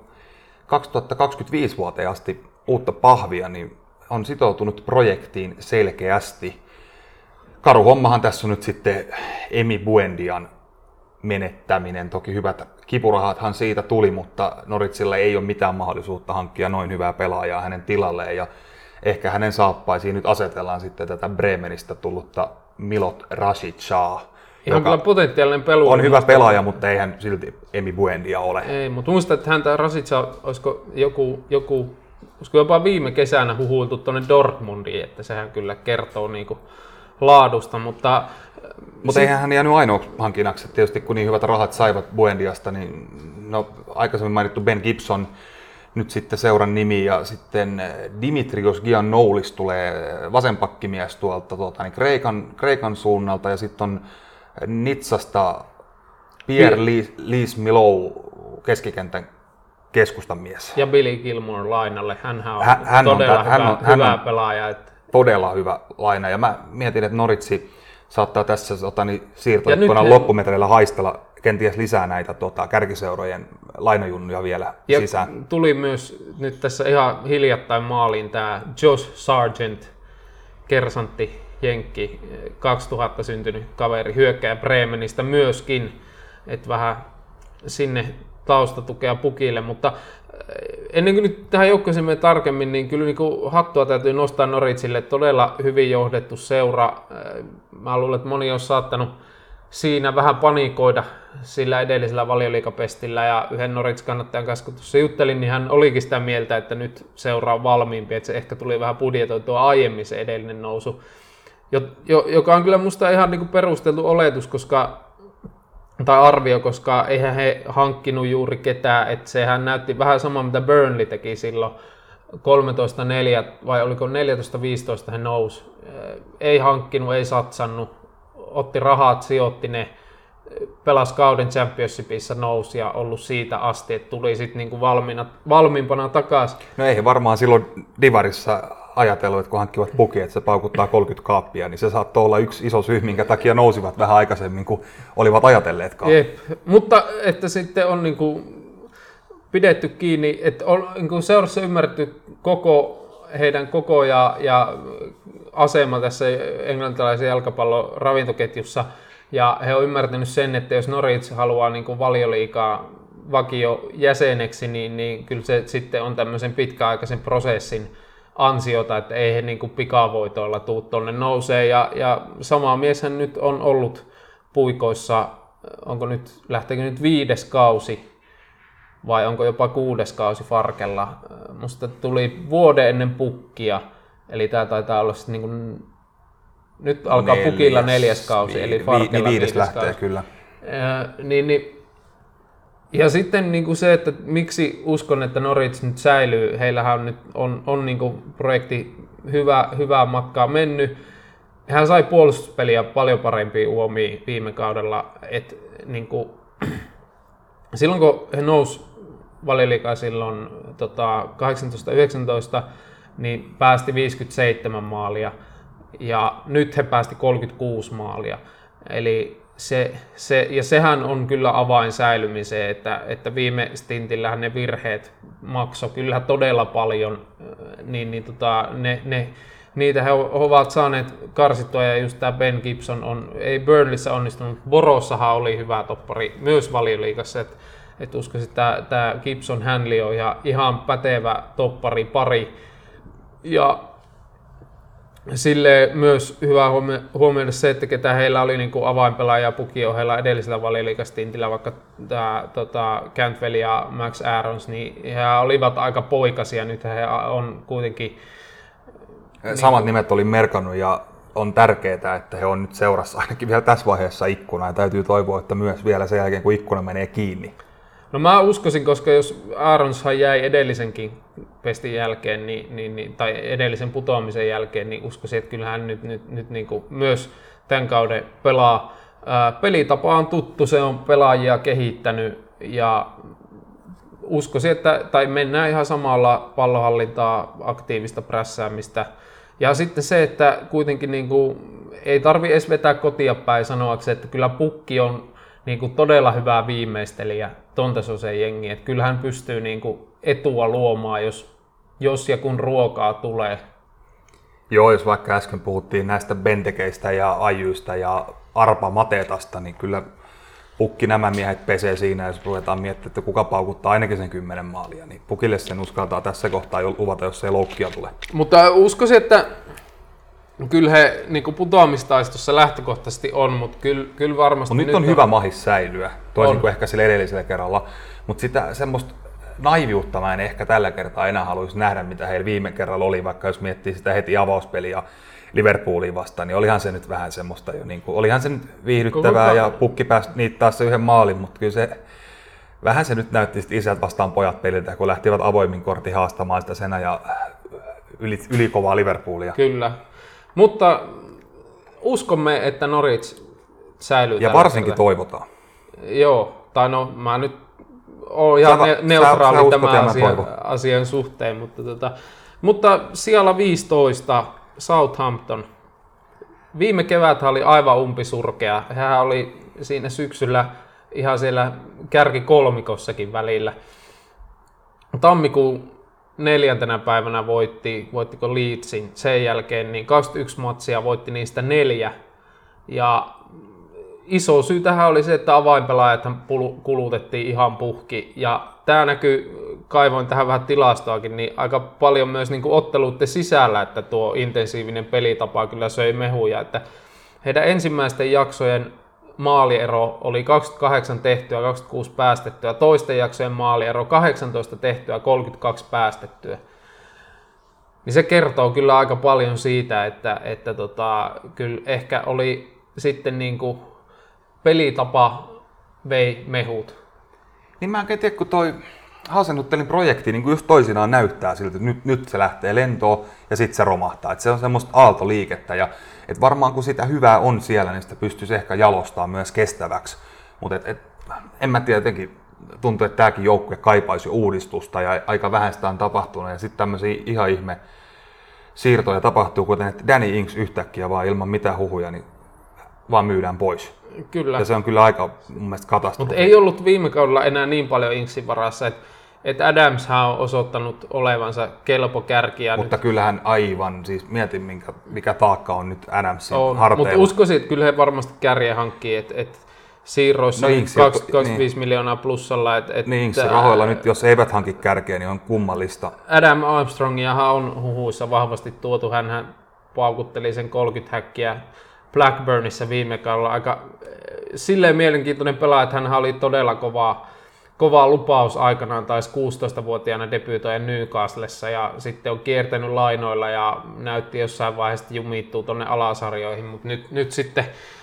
2025 vuoteen asti uutta pahvia, niin on sitoutunut projektiin selkeästi. Karu hommahan tässä on nyt sitten Emi Buendian menettäminen. Toki hyvät kipurahathan siitä tuli, mutta Norwichilla ei ole mitään mahdollisuutta hankkia noin hyvää pelaajaa hänen tilalleen. Ja ehkä hänen saappaisiin nyt asetellaan sitten tätä Bremenistä tullutta Milot Rasicaa. Ihan kyllä potentiaalinen pelaaja. On hyvä pelaaja, mutta eihän silti Emi Buendia ole. Ei, mutta muistan, että häntä Rasicaa, olisiko olisiko jopa viime kesänä huhuiltu tuonne Dortmundiin, että sehän kyllä kertoo niinku laadusta, mutta eihän hän jäänyt ainoaksi hankinnaksi. Tietysti kun niin hyvät rahat saivat Buendiasta, niin aikaisemmin mainittu Ben Gibson, nyt sitten seuran nimi, ja sitten Dimitrios Giannoulis tulee vasenpakkimies tuolta niin Kreikan suunnalta, ja sitten on Nitsasta Pierre Lies Milou, keskikentän keskustan mies. Ja Billy Gilmore lainalle, hän on todella hyvä pelaaja. Todella hyvä laina, ja mä mietin, että Norwich saattaa tässä siirtoikkunan loppumetreillä haistella kenties lisää näitä kärkiseurojen lainajunnuja vielä ja sisään. Tuli myös nyt tässä ihan hiljattain maaliin tämä Josh Sargent, kersantti jenkki, 2000 syntynyt kaveri, hyökkääjä Bremenistä myöskin, että vähän sinne taustatukea pukille, mutta ennen kuin nyt tähän joukkueeseen menee tarkemmin, niin kyllä niin hattua täytyy nostaa Norwichille, todella hyvin johdettu seura. Mä luulen, että moni on saattanut siinä vähän panikoida sillä edellisellä Valioliigapestillä, ja yhden Norwich-kannattajan kanssa, kun tuossa juttelin, niin hän olikin sitä mieltä, että nyt seura on valmiimpi, että se ehkä tuli vähän budjetoitua aiemmin se edellinen nousu, joka on kyllä musta ihan niin kuin perusteltu oletus, tai arvio, koska eihän he hankkinut juuri ketään, että sehän näytti vähän sama, mitä Burnley teki silloin 13-4, vai oliko 14-15 he nousi. Ei hankkinut, ei satsannut, otti rahat, sijoitti ne, pelasi kauden Championshipissa, nousi ja ollut siitä asti, että tuli sitten niinku valmiimpana takaisin. No ei varmaan silloin Divarissa ajatellut, että kun hankkivat puki, että se paukuttaa 30 kaappia, niin se saattoi olla yksi iso syy, minkä takia nousivat vähän aikaisemmin kuin olivat ajatelleetkaan. Jep. Mutta että sitten on niinku pidetty kiinni, että on niinku seurassa ymmärretty heidän koko ja asema tässä englantilaisen jalkapallon ravintoketjussa, ja he on ymmärtänyt sen, että jos Norwich haluaa niinku Valioliigaa vakiojäseneksi, niin kyllä se sitten on tämmöisen pitkäaikaisen prosessin ansiota, että ei he niin kuin pikavoitoilla tuu tuonne nousee. Ja sama mieshän nyt on ollut puikoissa, lähteekö nyt 5. kausi vai onko jopa 6. kausi Farkella. Musta tuli vuoden ennen pukkia, eli tämä taitaa olla sitten niin kuin, nyt alkaa pukilla 4. kausi, eli Farkella 5. lähtee kausi. Kyllä. Ja sitten niin kuin se, että miksi uskon, että Norwich nyt säilyy, heillähän on nyt on niin kuin projekti hyvää matkaa mennyt. Hän sai puolustuspeliä paljon parempia uomia viime kaudella. Et, niin kuin, silloin kun he nousi Valioliigaan silloin 18-19, niin päästi 57 maalia ja nyt he päästi 36 maalia. Eli sehän on kyllä avain säilymiseen, että viime stintillähän ne virheet maksoi kyllä todella paljon, niitä he ovat saaneet karsittua, ja just tämä Ben Gibson ei Burnleyssä onnistunut, Borossahan oli hyvä toppari myös Valioliigassa, että uskoisin, että tämä Gibson Hanley on ihan pätevä toppari pari, ja sille myös hyvä huomioida se, että ketä heillä oli niin kuin avainpelaajia pukiohella edellisellä Valioliigastintillä, vaikka Cantwell ja Max Aarons, niin he olivat aika poikasia, nyt he on kuitenkin... Samat nimet oli merkannut, ja on tärkeää, että he on nyt seurassa ainakin vielä tässä vaiheessa ikkuna, ja täytyy toivoa, että myös vielä sen jälkeen, kun ikkuna menee kiinni. No mä uskoisin, koska jos Aaronshan jäi edellisenkin pestin jälkeen, tai edellisen putoamisen jälkeen, niin uskoisin, että kyllähän nyt niin kuin myös tämän kauden pelaa. Pelitapa on tuttu, se on pelaajia kehittänyt ja uskoisin, että tai mennään ihan samalla pallonhallintaa, aktiivista prässäämistä. Ja sitten se, että kuitenkin niin kuin, ei tarvi edes vetää kotia päin sanoakseen, että kyllä Pukki on niin kuin todella hyvä viimeistelijä ton tasoisen jengi. Että kyllä hän pystyy niin kuin etua luomaan, jos ja kun ruokaa tulee. Joo, jos vaikka äsken puhuttiin näistä Bentekeistä ja Ajystä ja Arpa Matetasta, niin kyllä Pukki nämä miehet pesee siinä, jos ruvetaan miettimään, että kuka paukuttaa ainakin sen 10 maalia, niin Pukille sen uskaltaa tässä kohtaa jo luvata, jos ei loukkia tule. Mutta uskoisin, että kyllä he niin putoamistaistossa lähtökohtaisesti on, mutta kyllä varmasti... Mutta nyt on hyvä mahis säilyä, toisin kuin ehkä sillä edellisellä kerralla, mutta sitä semmoista naiviutta mä en ehkä tällä kertaa enää haluaisi nähdä, mitä heillä viime kerralla oli, vaikka jos miettii sitä heti avauspeliä Liverpooliin vastaan, niin olihan se nyt vähän semmoista jo, niin kuin, olihan se nyt viihdyttävää ja Pukki pääsi niittää se yhden maalin, mutta kyllä se vähän se nyt näytti isät vastaan pojat peliltä, kun lähtivät avoimin kortin haastamaan sitä Sena ja ylikovaa Liverpoolia. Kyllä, mutta uskomme, että Norwich säilyy. Ja varsinkin toivotaan. Joo, tai no mä nyt oon ihan neutraali tämän asian suhteen, mutta siellä 15 Southampton. Viime kevät oli aivan umpisurkea. Hän oli siinä syksyllä ihan siellä kärkikolmikossakin välillä. Tammikuun 4. päivänä voittiko Leedsin. Sen jälkeen niin 21 matsia voitti niistä 4. Ja iso syy tähän oli se, että avainpelaajathan kulutettiin ihan puhki. Ja tämä näkyy, kaivoin tähän vähän tilastoakin, niin aika paljon myös niin kuin otteluiden sisällä, että tuo intensiivinen pelitapa kyllä söi mehuja. Että heidän ensimmäisten jaksojen maaliero oli 28 tehtyä, 26 päästettyä. Toisten jaksojen maaliero 18 tehtyä, 32 päästettyä. Niin se kertoo kyllä aika paljon siitä, että kyllä ehkä oli sitten niin kuin pelitapa vei mehut. Niin mä en tiedä, kun toi Hasenhuttelin projekti niin just toisinaan näyttää siltä, että nyt se lähtee lentoon ja sitten se romahtaa. Että se on semmoista aaltoliikettä ja että varmaan kun sitä hyvää on siellä, niin sitä pystyisi ehkä jalostamaan myös kestäväksi. Mutta en mä tiedä, jotenkin tuntuu, että tämäkin joukkue kaipaisi jo uudistusta ja aika vähän sitä on tapahtunut. Ja sitten tämmöisiä ihan ihme siirtoja tapahtuu, kuten että Danny Ings yhtäkkiä vaan ilman mitään huhuja, niin vaan myydään pois. Kyllä. Ja se on kyllä aika mun mielestä katastrofi. Mutta ei ollut viime kaudella enää niin paljon Inksin varassa, että Adamshan on osoittanut olevansa kelpo kärkiä. Mutta nyt. Kyllähän aivan, siis mietin mikä taakka on nyt Adamsin harteilla. Mutta uskoisin, että kyllä he varmasti kärjen hankkii, että siirroissa 25 miljoonaa plussalla. Niin Inksin rahoilla nyt, jos eivät hanki kärkeä, niin on kummallista. Adam Armstrongiahan on huhuissa vahvasti tuotu, hän paukutteli sen 30 häkkiä Blackburnissa viime kaudella. Aika silleen mielenkiintoinen pelaaja, että hän oli todella kova lupaus aikanaan, taisi 16-vuotiaana debyytoida Newcastlessa ja sitten on kiertänyt lainoilla ja näytti jossain vaiheessa jumittuu tuonne alasarjoihin, mutta nyt sitten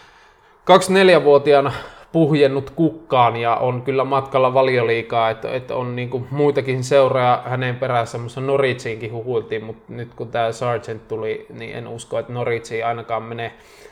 24-vuotiaana puhjennut kukkaan ja on kyllä matkalla Valioliigaa, että on niinku muitakin seuraa hänen perässä, mutta Norwichiinkin huhuiltiin, mutta nyt kun tämä Sargent tuli, niin en usko, että Norwichiin ainakaan menee.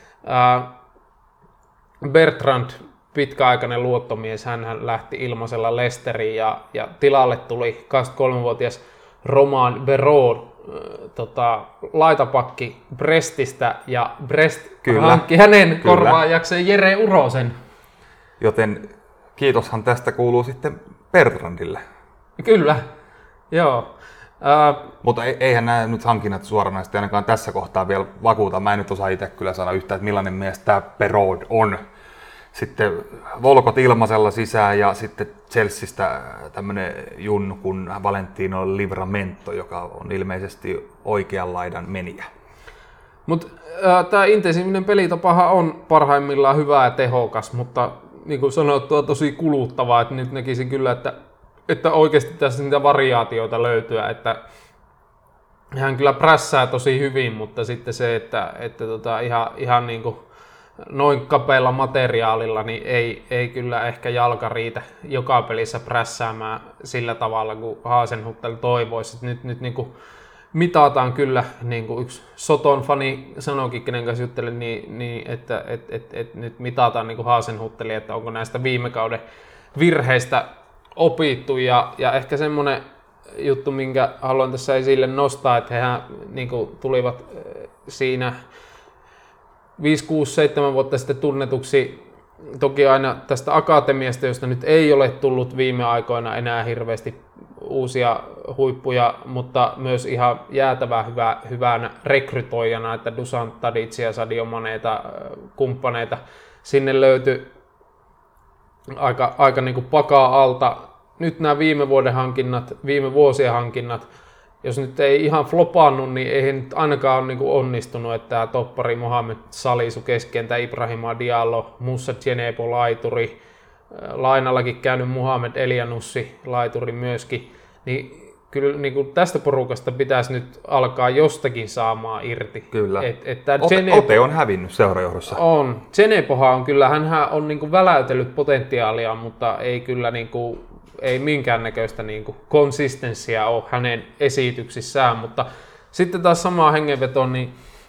Bertrand, pitkäaikainen luottomies, hän lähti ilmaisella Leicesteriin ja tilalle tuli 23-vuotias Romain Beron, laitapakki Brestistä ja Brest hankki hänen korvaajakseen Jere Urosen. Joten kiitoshan tästä kuuluu sitten Bertrandille. Kyllä, joo. Mutta eihän nämä nyt hankinnat suoranaisesti ainakaan tässä kohtaa vielä vakuuta. Mä en nyt osaa itse kyllä sanoa yhtään, että millainen mies tämä Perraud on. Sitten Volkot ilmaisella sisään ja sitten Chelseastä tämmöinen junnu kuin Valentino Livramento, joka on ilmeisesti oikean laidan meniä. Mutta tämä intensiivinen pelitapahan on parhaimmillaan hyvä ja tehokas, mutta niin kuin sanottua tosi kuluttavaa, että nyt näkisin kyllä, että oikeasti tässä niitä variaatioita löytyy, että hän kyllä prässää tosi hyvin, mutta sitten se, että ihan niin kuin noin kapealla materiaalilla niin ei kyllä ehkä jalka riitä joka pelissä prässäämään sillä tavalla, kuin Hasenhüttl toivoisi. Nyt niin kuin mitataan kyllä, niin kuin yksi Soton fani sanoikin, kenen kanssa juttelin, että nyt mitataan niin kuin Hasenhüttlia, että onko näistä viime kauden virheistä opittu ja ehkä semmoinen juttu, minkä haluan tässä esille nostaa, että hehän niin kuin tulivat siinä 5, 6, 7 vuotta sitten tunnetuksi toki aina tästä akatemiasta, josta nyt ei ole tullut viime aikoina enää hirveästi uusia huippuja, mutta myös ihan jäätävän hyvänä rekrytoijana, että Dusan Tadicia, Sadio Maneita, kumppaneita sinne löytyi aika niin kuin pakaa alta. Nyt nämä viime vuosien hankinnat, jos nyt ei ihan flopannut, niin ei nyt ainakaan ole niin kuin onnistunut, että tämä toppari Mohamed Salisu keskentä, Ibrahima Diallo, Moussa Djenepo laituri, lainallakin käynyt Muhammed Elianussi laituri myöskin, niin kyllä niin kuin tästä porukasta pitäisi nyt alkaa jostakin saamaan irti. Kyllä. Ote on hävinnyt seurajohdossa. On. Djenepohan on kyllä, hänhän on niin kuin väläytellyt potentiaalia, mutta ei kyllä niin kuin, ei minkäännäköistä niin kuin konsistenssia ole hänen esityksissään, mutta sitten taas samaa hengenvetoon, niin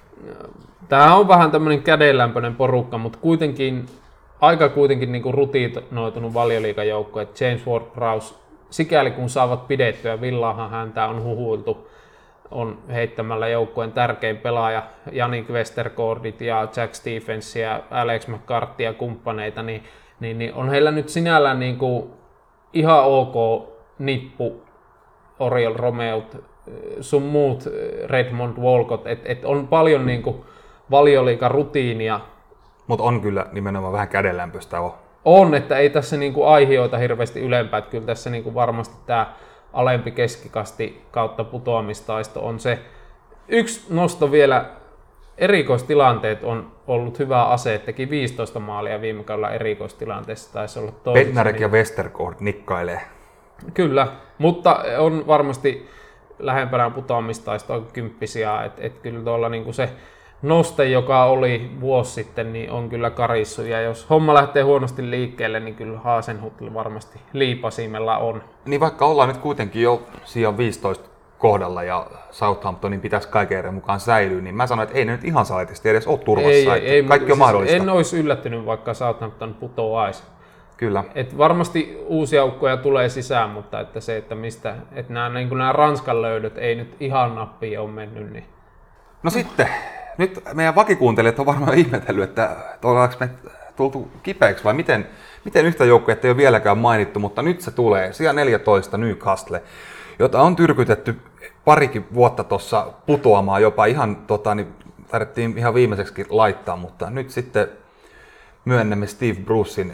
tämä on vähän tämmöinen kädenlämpöinen porukka, mutta kuitenkin aika niin kuin rutiinoitunut Valioliigajoukko, että James Ward-Prowse, sikäli kun saavat pidettyä, Villahan häntä on huhuiltu, on heittämällä joukkueen tärkein pelaaja, Jannik Westergaardit ja Jack Stephens ja Alex McCarthy ja kumppaneita, niin on heillä nyt sinällään niin kuin ihan ok nippu, Oriol Romeut, sun muut Redmond Walcott, et on paljon niin kuin Valioliigan rutiinia. Mutta on kyllä nimenomaan vähän kädenlämpöistä On, että ei tässä niin kuin aihioita hirveästi ylempää, että kyllä tässä niin kuin varmasti tämä alempi keskikasti kautta putoamistaisto on se. Yksi nosto vielä, erikoistilanteet on ollut hyvä ase, teki 15 maalia viime kaudella erikoistilanteessa, taisi olla toiseksi. Bednarek ja Westergaard nikkailee. Kyllä, mutta on varmasti lähempänä putoamistaistoa 10 sijaa, että kyllä tuolla niin kuin se noste, joka oli vuosi sitten, niin on kyllä karissu. Ja jos homma lähtee huonosti liikkeelle, niin kyllä Hasenhüttl varmasti liipasimella on. Niin vaikka ollaan nyt kuitenkin jo sijaan 15 kohdalla ja Southamptonin pitäisi kaiken mukaan säilyä, niin mä sanoin, että ei ne nyt ihan saletisti edes ole turvassa. Ei, kaikki on mahdollista. En olisi yllättynyt, vaikka Southampton putoaisi. Kyllä. Et varmasti uusia ukkoja tulee sisään, mutta että se, että mistä, että nämä Ranskan löydöt ei nyt ihan nappiin ole mennyt. Niin. No sitten, nyt meidän vakikuuntelijat on varmaan ihmetellyt, että ollaanko me tultu kipeäksi vai miten yhtä joukkuetta ei ole vieläkään mainittu, mutta nyt se tulee. Sija 14 Newcastle, jota on tyrkytetty parikin vuotta tuossa putoamaan jopa ihan, tarvittiin ihan viimeiseksi laittaa, mutta nyt sitten myönnämme Steve Brucein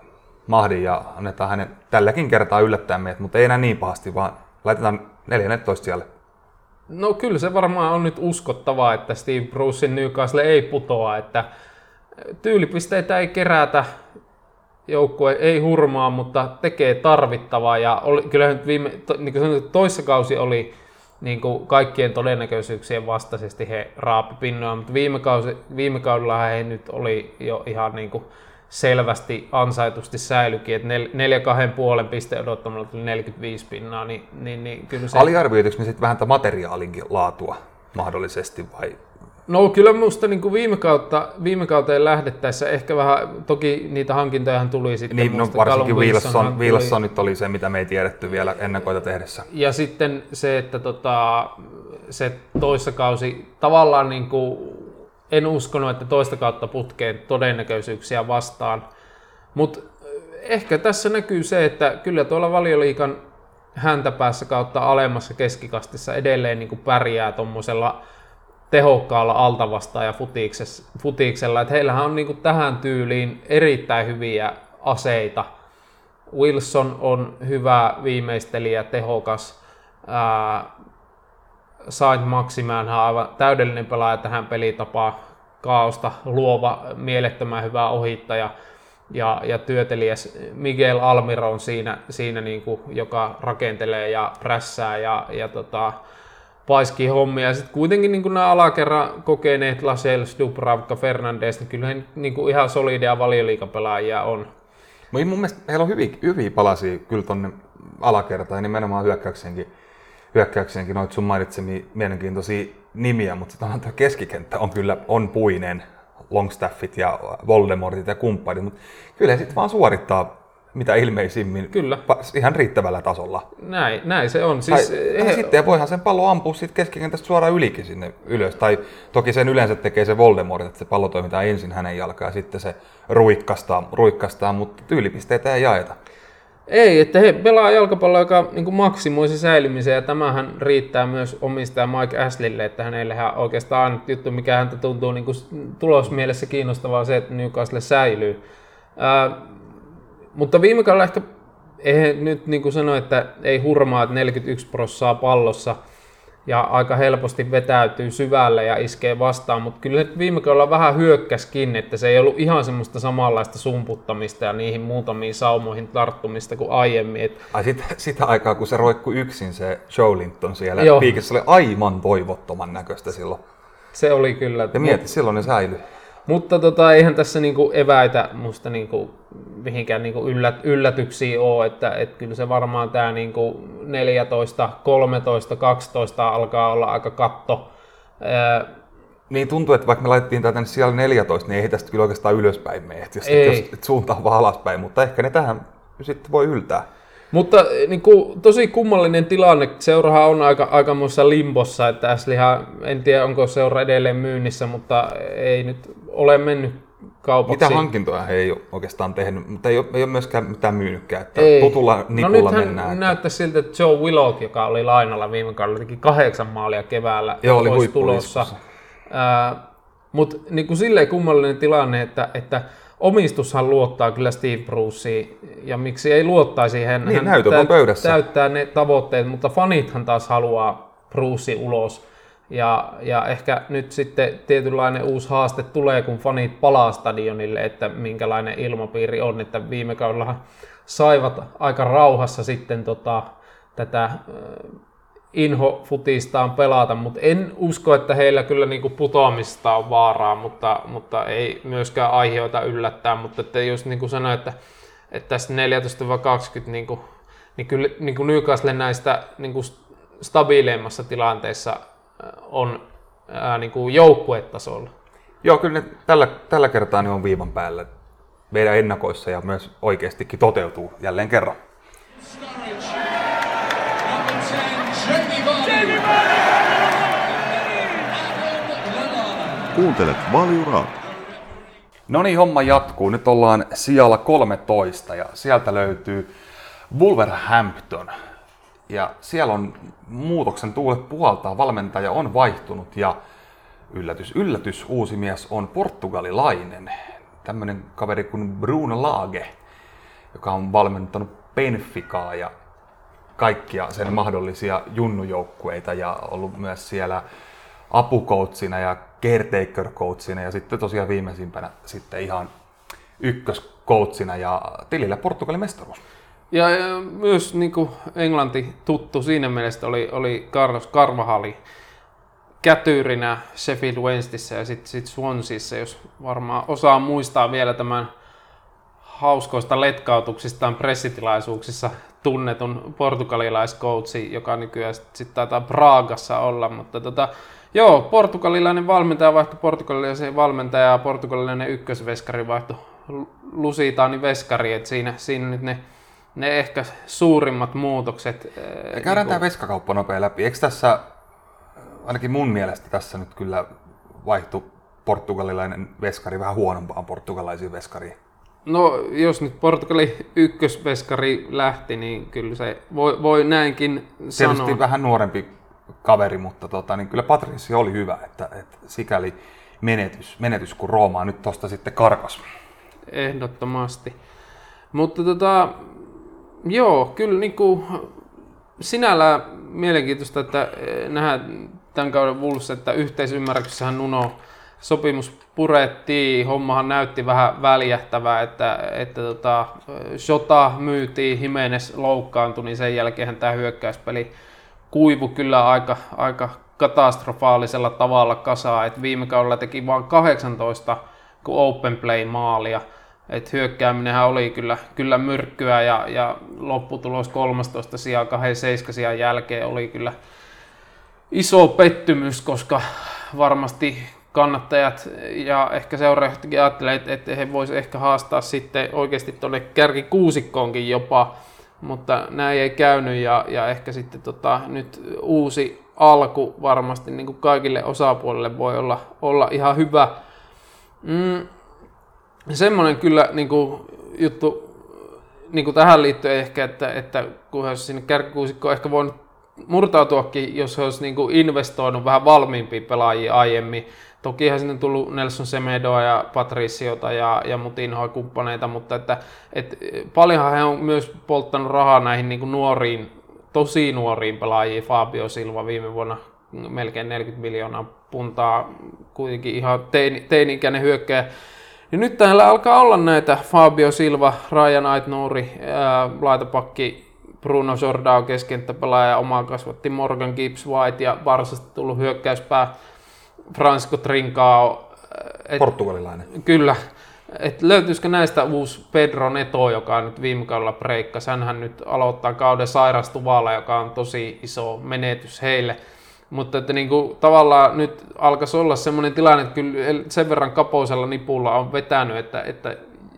mahdin ja annetaan hänen tälläkin kertaa yllättää meidät, mutta ei enää niin pahasti, vaan laitetaan 14 siellä. No kyllä se varmaan on nyt uskottavaa, että Steve Brucein Newcastle ei putoa, että tyylipisteitä ei kerätä, joukkue ei hurmaa, mutta tekee tarvittavaa ja kyllä nyt toissa kausi oli niin kuin kaikkien todennäköisyyksien vastaisesti he raapi pinnoa, mutta viime kaudella he nyt oli jo ihan niin kuin selvästi ansaitusti säilykin, että 4-2,5 pisteen odottamalla tuli 45 pinnaa, niin kyllä se... Aliarvioitiko me sitten vähän tätä materiaalinkin laatua mahdollisesti vai? No kyllä minusta niin viime kauteen lähdettäessä ehkä vähän, toki niitä hankintojahan tuli sitten. Niin, no varsinkin Wilson nyt oli se, mitä me ei tiedetty vielä ennakoita tehdessä. Ja sitten se, että se toissa kausi tavallaan niin kuin, en uskonut, että toista kautta putkeen todennäköisyyksiä vastaan, mutta ehkä tässä näkyy se, että kyllä tuolla Valioliigan häntäpäässä kautta alemmassa keskikastissa edelleen niin kuin pärjää tuommoisella tehokkaalla altavastaaja futiksella, että heillähän on niin kuin tähän tyyliin erittäin hyviä aseita. Wilson on hyvä viimeistelijä, tehokas. Saint-Maximin on aivan täydellinen pelaaja tähän pelitapaan, kaaosta luova, mielettömän hyvä ohittaja ja työtelijäs. Miguel Almiron siinä niin kuin, joka rakentelee ja prässää ja paiskii hommia. Ja sitten kuitenkin niin kuin nämä alakerran kokeneet Lascelles, Dubravka, Fernandes, niin kyllä he niin kuin ihan solidia Valioliigapelaajia on. Mun mielestä heillä on hyviä palasia kyllä tonne alakertaan ja nimenomaan hyökkäykseenkin noita sun mainitsemia mielenkiintoisia nimiä, mutta sitten on keskikenttä on puinen, Longstaffit ja Voldemortit ja kumppanit, mutta kyllä he sitten vaan suorittaa mitä ilmeisimmin Kyllä. Ihan riittävällä tasolla. Näin se on. Siis, Tai sitten ja voihan sen pallon ampua siitä keskikentästä suoraan ylikin sinne ylös. Tai toki sen yleensä tekee se Voldemort, että se pallo toimitaan ensin hänen jalkaan ja sitten se ruikkastaa, mutta tyylipisteitä ei jaeta. Ei, että he pelaa jalkapalloa, joka niin maksimoi se säilymisen, ja tämähän riittää myös omistaja Mike Ashleylle, että hänellähän oikeastaan ainut juttu, mikä häntä tuntuu niin tulosmielessä kiinnostavaa, se, että Newcastle säilyy. Mutta viime kaudella ehkä, eihän nyt niin kuin sanoin, että ei hurmaa, että 41% pallossa, ja aika helposti vetäytyy syvälle ja iskee vastaan, mutta kyllä viime kaudella vähän hyökkäskin, että se ei ollut ihan semmoista samanlaista sumputtamista ja niihin muutamiin saumoihin tarttumista kuin aiemmin. Ai sitä aikaa, kun se roikkui yksin se Joelinton siellä piikissä, oli aivan toivottoman näköistä silloin. Se oli kyllä. Ja mieti, silloin ne säilyi. Mutta eihän tässä niinku eväitä musta niinku mihinkään niinku yllätyksiä ole, että kyllä se varmaan tämä niinku 14, 13, 12 alkaa olla aika katto. Niin tuntuu, että vaikka me laitettiin tätä siellä 14, niin ei tästä kyllä oikeastaan ylöspäin mene, jos suunta on vaan alaspäin, mutta ehkä ne tähän sitten voi yltää. Mutta niinku, tosi kummallinen tilanne. Seurahan on aikamoissa limbossa, että Ashleyhan, en tiedä onko seura edelleen myynnissä, mutta ei nyt ole mennyt kaupaksi. Mitä hankintoja he ei ole oikeastaan tehnyt, mutta ei ole myöskään mitään myynytkään, että ei. Tutulla nipulla mennään. Näyttäisi siltä, että Joe Willock, joka oli lainalla viime kaudella, teki 8 maalia keväällä, oli tulossa. Mutta niinku silleen kummallinen tilanne, että omistushan luottaa kyllä Steve Bruceen, ja miksi ei luottaisi hän, niin, hän täyttää ne tavoitteet, mutta fanithan taas haluaa Brucea ulos. Ja ehkä nyt sitten tietynlainen uusi haaste tulee, kun fanit palaa stadionille, että minkälainen ilmapiiri on, että viime kaudellahan saivat aika rauhassa sitten tätä inhofutistaan pelata, mutta en usko, että heillä kyllä niinku putoamista on vaaraa, mutta ei myöskään aiheita yllättää, mutta että jos niin kuin sanoin, että tässä 14-20 niin kyllä niin Newcastle näistä niin stabiileimmassa tilanteessa on niin joukkuetasolla. Joo, kyllä ne tällä kertaa ne on viivan päällä meidän ennakoissa ja myös oikeastikin toteutuu jälleen kerran. Kuuntelet Valiuraati. No niin, homma jatkuu. Nyt ollaan sijalla 13 ja sieltä löytyy Wolverhampton. Ja siellä on muutoksen tuulet puhaltaa, valmentaja on vaihtunut ja yllätys, uusi mies on portugalilainen. Tämmönen kaveri kuin Bruno Lage, joka on valmentanut Benficaa ja kaikkia sen mahdollisia junnujoukkueita ja ollut myös siellä apukoutsina ja caretaker-coachina ja sitten tosiaan viimeisimpänä sitten ihan ykköskoutsina ja tilillä Portugalin mestaruus. Ja myös niin kuin Englanti tuttu siinä mielessä oli Carlos Carvajal kätyyrinä Sheffield Wednesdayssä ja sitten Swanseassa, jos varmaan osaa muistaa vielä tämän hauskoista letkautuksistaan pressitilaisuuksissa tunnetun portugalilaiskoutsi, joka nykyään sitten taitaa Bragassa olla, mutta joo, portugalilainen valmentaja vaihtoi portugalilaisen valmentajaa, portugalilainen ykkösveskari vaihtoi Lusitaani veskari, että siinä nyt ne ehkä suurimmat muutokset. Ja käydään tämä veskakauppa nopea läpi. Eikö tässä, ainakin mun mielestä tässä nyt kyllä vaihtui portugalilainen veskari vähän huonompaan portugalaisiin veskariin? No, jos nyt Portugalin ykkösveskari lähti, niin kyllä se voi näinkin sanoa. Tietysti vähän nuorempi kaveri, mutta niin kyllä Patricio oli hyvä, että sikäli menetys kun Roomaa nyt tosta sitten karkas. Ehdottomasti. Mutta joo, kyllä niin kuin sinällään mielenkiintoista, että nähdään tämän kauden Wolves, että yhteisymmärryksessähän Nuno sopimus purettiin, hommahan näytti vähän väljähtävää, että Jota myytiin, Jimenez loukkaantui, niin sen jälkeen tämä hyökkäyspeli kuivu kyllä aika katastrofaalisella tavalla kasaan, että viime kaudella teki vain 18 open play maalia, että hyökkääminenhän oli kyllä myrkkyä ja lopputulos 13 sijaan 27 sijaan jälkeen oli kyllä iso pettymys, koska varmasti kannattajat ja ehkä seuraajatkin ajattelee, että he voisivat ehkä haastaa sitten oikeasti tuonne kärkikuusikkoonkin jopa, mutta näin ei käynyt ja ehkä sitten nyt uusi alku varmasti niin kuin kaikille osapuolille voi olla ihan hyvä. Semmoinen kyllä niin kuin juttu niin kuin tähän liittyen ehkä, että kun he olisi sinne kärkikuusikkoon ehkä voinut murtautuakin, jos he olisi niin kuin investoinut vähän valmiimpia pelaajia aiemmin. Tokihan sinne on tullut Nelson Semedoa ja Patriciota ja Moutinhoa kumppaneita, mutta että paljonhan he on myös polttanut rahaa näihin niin kuin tosi nuoriin pelaajiin. Fabio Silva viime vuonna melkein 40 miljoonaa puntaa, kuitenkin ihan teini-ikäinen hyökkääjä. Ja nyt täällä alkaa olla näitä Fabio Silva, Ryan Aitnouri, laitapakki Bruno Jordao keskenttäpelaaja, omaa kasvatti Morgan Gibbs White ja Barsasta tullut hyökkäyspää Francisco Trincao. Portugalilainen. Kyllä. Et löytyisikö näistä uusi Pedro Neto, joka nyt viime kaudella breikkasi. Hänhän nyt aloittaa kauden sairastuvalla, joka on tosi iso menetys heille. Mutta että niinku, tavallaan nyt alkaisi olla semmoinen tilanne, että kyllä sen verran kapoisella nipulla on vetänyt, että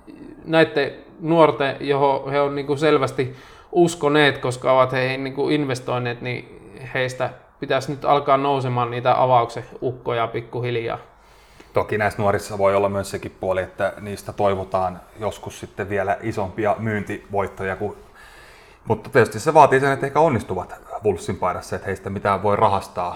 näiden nuorten, johon he on niinku selvästi uskoneet, koska ovat heihin niinku investoineet, niin heistä pitäisi nyt alkaa nousemaan niitä avauksen ukkoja pikkuhiljaa. Toki näissä nuorissa voi olla myös sekin puoli, että niistä toivotaan joskus sitten vielä isompia myyntivoittoja, mutta tietysti se vaatii sen, että ehkä onnistuvat Wolvesin paidassa, että heistä mitään voi rahastaa.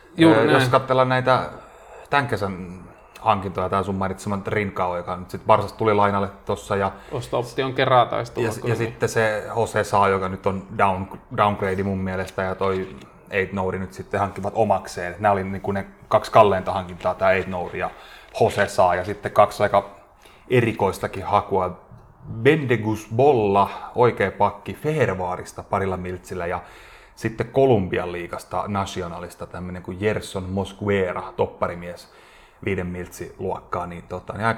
Jos katsellaan näitä tämän kesän hankintoja, tämä sun mainitseman Trincao, joka nyt sitten Barsasta tuli lainalle tuossa. Osto-option kerran taisi tulla. Ja sitten se Jose Saa, joka nyt on downgrade mun mielestä, ja toi Aitnouri nyt sitten hankkivat omakseen. Nämä oli niin kuin ne kaksi kalleinta hankintaa, tämä Aitnouri ja Jose Saa, ja sitten kaksi aika erikoistakin hakua. Bendegus Bolla, oikea pakki Fehervaarista parilla miltsillä, ja sitten Kolumbian liigasta Nacionalista tämmöinen kuin Gerson Mosquera, topparimies 5 miltsi luokkaa, niin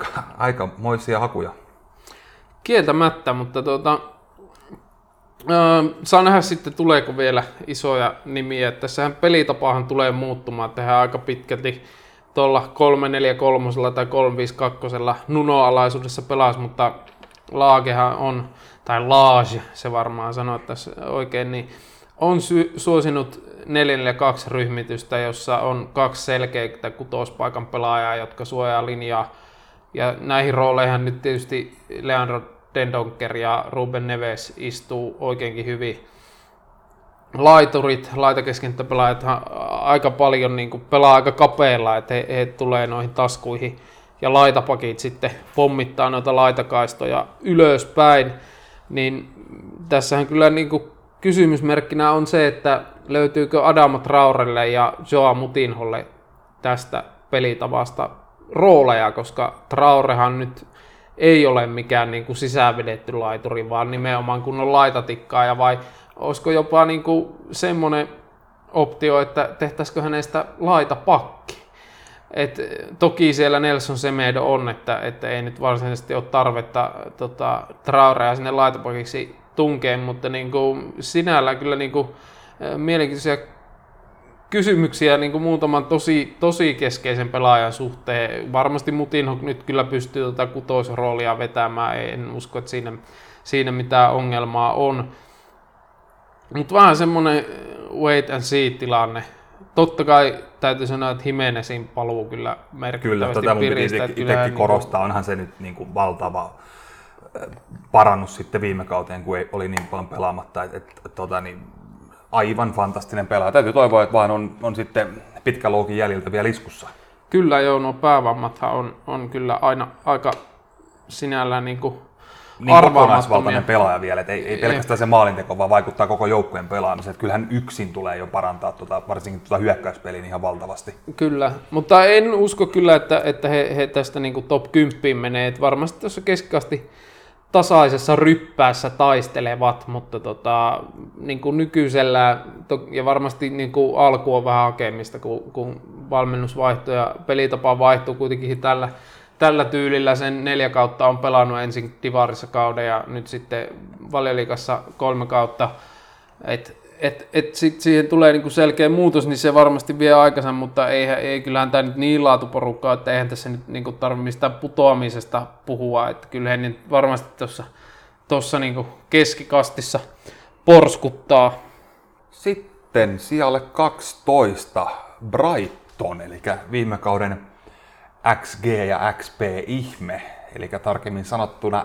aikamoisia hakuja. Kieltämättä, mutta saa nähdä sitten tuleeko vielä isoja nimiä. Tässähän pelitapahan tulee muuttumaan, tehdään aika pitkälti tuolla 3-4-3 tai 3-5-2 Nuno-alaisuudessa pelasi, mutta Laagehan on, tai Laage se varmaan sanottaisi oikein, niin on suosinut 4-4-2 ryhmitystä, jossa on kaksi selkeitä kutospaikan pelaajaa, jotka suojaa linjaa. Ja näihin rooleihin nyt tietysti Leandro Dendoncker ja Ruben Neves istuu oikeinkin hyvin. Laiturit, laitakeskenttäpelaajat aika paljon niin kuin pelaa aika kapealla, että he tulee noihin taskuihin. Ja laitapakit sitten pommittaa noita laitakaistoja ylöspäin. Niin tässähän kyllä niin kuin kysymysmerkkinä on se, että löytyykö Adama Traorelle ja Joao Moutinholle tästä pelitavasta rooleja, koska Traorehan nyt ei ole mikään niin kuin sisäänvedetty laituri, vaan nimenomaan kunnon laitatikkaaja, vai olisiko jopa niin kuin semmoinen optio, että tehtäisikö hänestä laitapakki. Et toki siellä Nelson Semedo on, että ei nyt varsinaisesti ole tarvetta Traorea sinne laitapakiksi tunkeen, mutta niin kuin sinällään kyllä niin kuin mielenkiintoisia kysymyksiä niin kuin muutaman tosi keskeisen pelaajan suhteen. Varmasti Moutinho nyt kyllä pystyy kutosroolia vetämään, en usko, että siinä mitään ongelmaa on. Mutta vähän semmoinen wait and see -tilanne. Totta kai täytyy sanoa, että Jimenezin paluu kyllä merkittävästi piristää. Kyllä, itsekin korostaa, onhan se nyt niin kuin valtava parannus sitten viime kauteen, kun ei oli niin paljon pelaamatta. Aivan fantastinen pelaaja. Täytyy toivoa, että vaan on sitten pitkä loukin jäljiltä vielä iskussa. Kyllä joo, nuo päävammathan on kyllä aina aika sinällään niin kokonaisvaltainen pelaaja vielä, että ei pelkästään se maalinteko, vaan vaikuttaa koko joukkueen pelaamiseen. Että kyllähän yksin tulee jo parantaa varsinkin hyökkäyspeliin ihan valtavasti. Kyllä, mutta en usko kyllä, että he tästä niin kuin top 10 menee. Että varmasti tuossa keskikasti tasaisessa ryppäässä taistelevat, mutta niin kuin nykyisellä, ja varmasti niin kuin alku on vähän hakemista, kun valmennus vaihtuu ja pelitapa vaihtuu kuitenkin tällä tyylillä. Sen 4 kautta on pelannut ensin Divarissa kauden ja nyt sitten Valioliigassa 3 kautta. Sitten siihen tulee niinku selkeä muutos, niin se varmasti vie aikansa, mutta ei kyllähän tämä nyt niin laatuporukkaa, että eihän tässä nyt niinku tarvitse mistään putoamisesta puhua, että kyllähän nyt varmasti tuossa niinku keskikastissa porskuttaa. Sitten sijalle 12 Brighton, eli viime kauden XG ja XP-ihme, eli tarkemmin sanottuna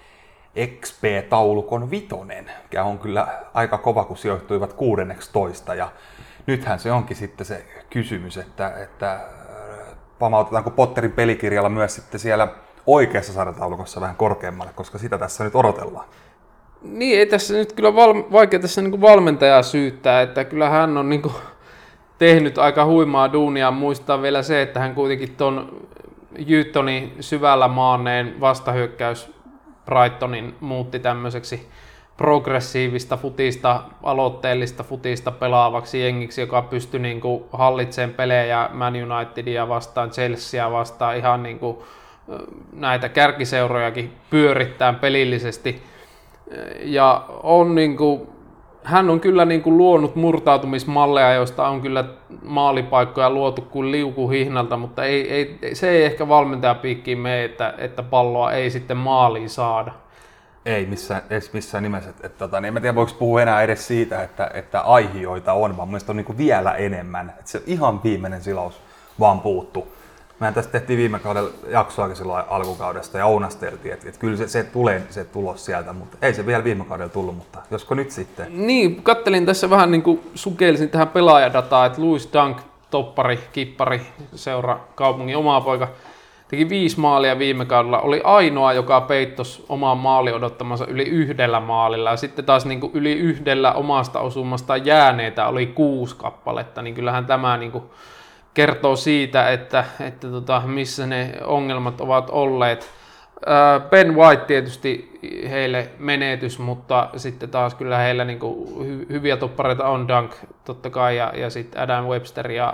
XP-taulukon vitonen, mikä on kyllä aika kova, kun sijoittuivat 16. Ja nythän se onkin sitten se kysymys, että pamautetaanko Potterin pelikirjalla myös sitten siellä oikeassa sarjataulukossa vähän korkeammalle, koska sitä tässä nyt odotellaan. Niin, ei tässä nyt kyllä vaikea tässä niinku valmentajaa syyttää, että kyllä hän on niinku tehnyt aika huimaa duunia. Muistaa vielä se, että hän kuitenkin ton Jytonin syvällä maanneen vastahyökkäys Brightonin muutti tämmöiseksi progressiivista futista, aloitteellista futista pelaavaksi jengiksi, joka pystyi niinku hallitsemaan pelejä Man Unitedia vastaan, Chelseaa vastaan, ihan niinku näitä kärkiseurojakin pyörittää pelillisesti. Ja on niinku, hän on kyllä niinku luonut murtautumismalleja, joista on kyllä maalipaikkoja luotu kuin liukuhihnalta, mutta se ei ehkä valmentajapiikkiin mene, että palloa ei sitten maaliin saada. Ei missään nimessä. En tiedä, voiko puhua enää edes siitä, että aihioita on, vaan mielestäni on niinku vielä enemmän. Että se ihan viimeinen silaus vaan puuttuu. Mehän tässä tehtiin viime kaudella jaksoakin silloin alkukaudesta ja ounasteltiin, että kyllä se tulee se tulos sieltä, mutta ei se vielä viime kaudella tullut, mutta josko nyt sitten? Niin, kattelin tässä vähän niin kuin sukelsin tähän pelaajadataan, että Louis Dunk, toppari, kippari, seura, kaupungin oma poika, teki 5 maalia viime kaudella, oli ainoa, joka peittos omaan maali odottamansa yli 1 maalilla, ja sitten taas niin kuin yli 1 omasta osumastaan jääneitä oli 6 kappaletta, niin kyllähän tämä niin kuin kertoo siitä, että missä ne ongelmat ovat olleet. Ben White tietysti heille menetys, mutta sitten taas kyllä heillä niinku hyviä toppareita on Dunk totta kai ja sitten Adam Webster ja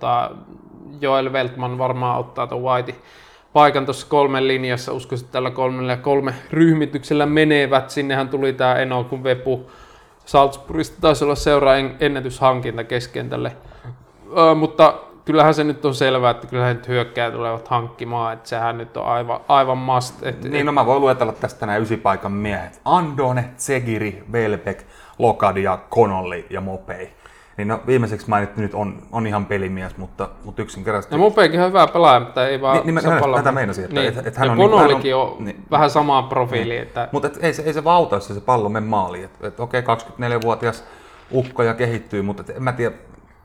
Joel Veltman varmaan ottaa tuon Whitein paikan tuossa 3 linjassa. Uskoisin, että tällä 3 ryhmityksellä menevät. Sinnehän tuli tämä Eno kun Vepu Salzburgista taisi olla seuraajan ennätyshankinta keskentälle. Mutta kyllähän se nyt on selvää, että kyllähän nyt hyökkääjät tulevat hankkimaan, että sehän nyt on aivan must. Niin, no mä voin luetella tästä nämä 9 paikan miehet. Andone, Tsegiri, Welbeck, Lokadia, Connolly ja Mopey. Niin no viimeiseksi mainittu nyt on ihan pelimies, mutta yksinkertaisesti... Ja Mopeykin on hyvä pelaaja, mutta ei vaan... Tätä meinasin, että niin. että hän on... Connollykin on vähän samaa profiiliin, niin. että... Mutta ei se vauta, jos se pallo mene maaliin. Okei, 24-vuotias ukko ja kehittyy, mutta en mä tiedä,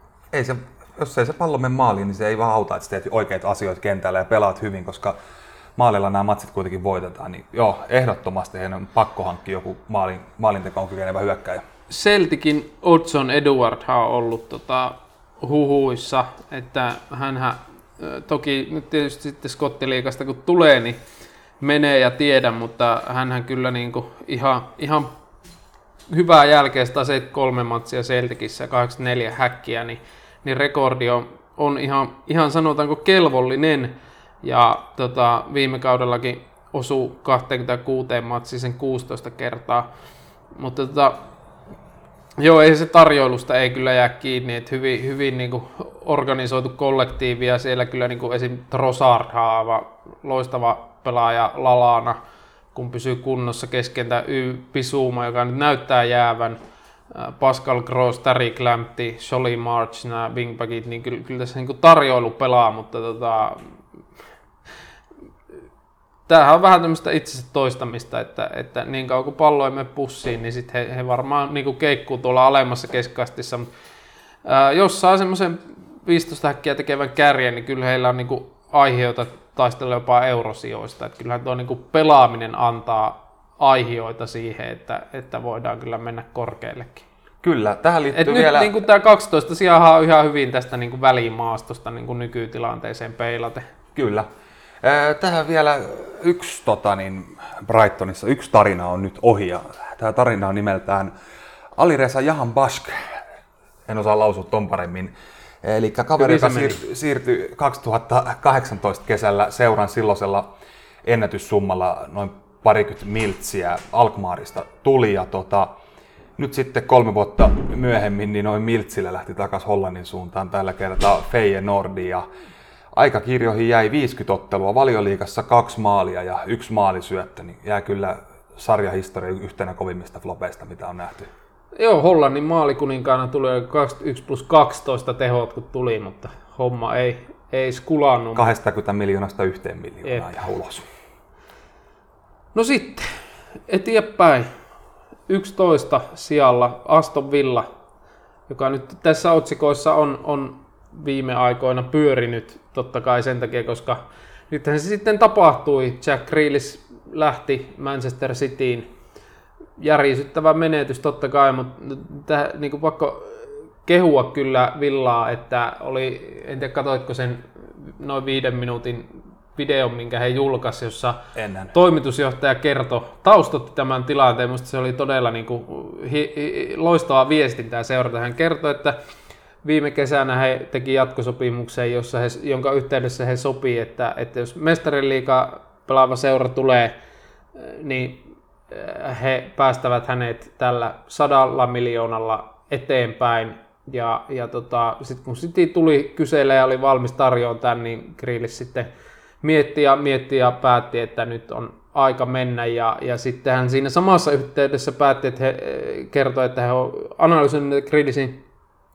jos ei se pallo mene maaliin, niin se ei vaan auta, että sä teet oikeita asioita kentällä ja pelaat hyvin, koska maalilla nämä matsit kuitenkin voitetaan. Niin joo, ehdottomasti heidän on pakko hankkia joku maalintekoon kykenevä hyökkääjä. Celticin Odson Edward on ollut huhuissa, että hänhän toki nyt tietysti sitten Skottiliigasta kun tulee, niin menee ja tiedä, mutta hänhän kyllä niinku ihan hyvää jälkeen 173 matsia Celticissä ja 84 häkkiä, niin rekordi on ihan sanotaanko kelvollinen ja viime kaudellakin osui 26 matsiin sen 16 kertaa, mutta joo, ei se tarjoilusta ei kyllä jää kiinni, että hyvin niin kuin organisoitu kollektiivi ja siellä kyllä niin kuin esim. Trossard aivan loistava pelaaja Lalana, kun pysyy kunnossa keskentä Bissouma, joka nyt näyttää jäävän, Pascal Gross, Tariq Lamptey, Solly March, nämä wingbackit, niin kyllä tässä niin kuin tarjoilu pelaa, mutta tämähän on vähän tämmöistä itsensä toistamista, että niin kauan kuin pallo ei mene pussiin, niin sitten he varmaan niin kuin keikkuu tuolla alemmassa keskikastissa. Jos saa semmoisen 15 häkkiä tekevän kärjen, niin kyllä heillä on niin kuin aihioita taistella jopa eurosijoista. Että kyllähän tuo niin kuin pelaaminen antaa aihioita siihen, että voidaan kyllä mennä korkeallekin. Kyllä, tähän liittyy nyt, vielä... Niin kuin tämä 12 sijahan on ihan hyvin tästä niin kuin välimaastosta niin kuin nykytilanteeseen peilaten. Kyllä. Tähän vielä Brightonissa yksi tarina on nyt ohi, ja tämä tarina on nimeltään Alireza Jahanbakhsh. En osaa lausua ton paremmin. Eli kaveri, joka siirtyi 2018 kesällä seuran silloisella ennätyssummalla noin 20 miltsiä Alkmaarista tuli, ja Nyt sitten 3 vuotta myöhemmin niin noin Miltsillä lähti takaisin Hollannin suuntaan tällä kertaa Feyenoordiin ja aikakirjoihin jäi 50 ottelua, Valioliigassa 2 maalia ja 1 maalisyöttö, niin jää kyllä sarjahistorian yhtenä kovimmista flopeista, mitä on nähty. Joo, Hollannin maalikuninkaana tuli 21+12 tehot kun tuli, mutta homma ei skulannut. 20 miljoonasta 1 miljoonaa ja ulos. No sitten, eteenpäin. 11 sijalla Aston Villa, joka nyt tässä otsikoissa on viime aikoina pyörinyt, totta kai sen takia, koska nythän se sitten tapahtui. Jack Grealish lähti Manchester Cityin. Järisyttävä menetys totta kai, mutta niin pakko kehua kyllä Villaa, että oli, en tiedä katoitko sen noin 5 minuutin videon, minkä he julkaisivat, jossa toimitusjohtaja taustotti tämän tilanteen. Minusta se oli todella niin kuin, loistavaa viestintää seurata. Hän kertoi, että viime kesänä he teki jatkosopimuksen, jonka yhteydessä he sopii, että jos mestariliiga pelaava seura tulee, niin he päästävät hänet tällä 100 miljoonalla eteenpäin. Ja sitten kun City tuli kyselemään ja oli valmis tarjoamaan tämän, niin Grealish sitten mietti ja päätti, että nyt on aika mennä. Ja sitten hän siinä samassa yhteydessä päätti, että he kertoi, että he ovat analysoineet Grealishin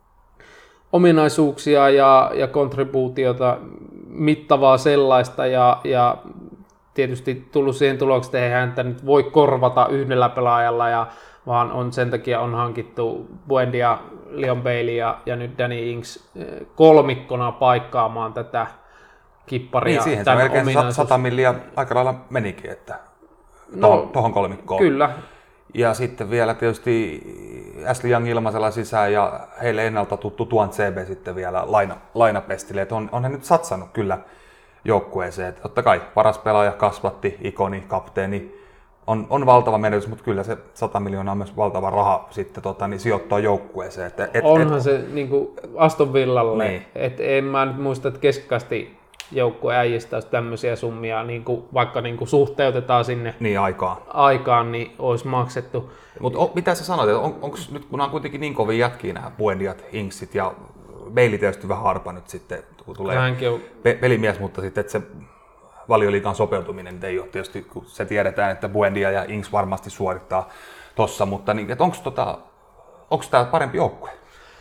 ominaisuuksia ja kontribuutiota, mittavaa sellaista, ja tietysti tullut siihen tulokseen, että häntä nyt voi korvata yhdellä pelaajalla, vaan on sen takia on hankittu Buendia, Leon Bailey ja nyt Danny Ings kolmikkona paikkaamaan tätä kipparia. Niin, siihen se melkein 100 milliä aika lailla menikin, että tuohon kolmikkoon. Kyllä. Ja sitten vielä tietysti Ashley Young ilmaisella sisään ja heille ennalta tuttu Tuan CB sitten vielä lainapestille. Että on he nyt satsannut kyllä joukkueeseen. Että totta kai paras pelaaja, kasvatti, ikoni, kapteeni. On valtava menetys, mutta kyllä se 100 miljoonaa on myös valtava raha sitten sijoittaa joukkueeseen. Onhan se niin kuin Aston Villalle. Niin. En mä nyt muista, että keskikasti joukkue äijistä olisi tämmöisiä summia, niin kuin, vaikka niin kuin suhteutetaan sinne niin aikaan, niin olisi maksettu. Mutta mitä sä sanoit, että onko nyt, kun on kuitenkin niin kovin jätkiä nämä Buendiat, Inksit ja Bailey tietysti vähän harpa nyt sitten, kun tulee pelimies, mutta sitten että se Valioliigan sopeutuminen ei ole tietysti, kun se tiedetään, että Buendia ja Inks varmasti suorittaa tossa, mutta niin, onko tämä parempi joukkue?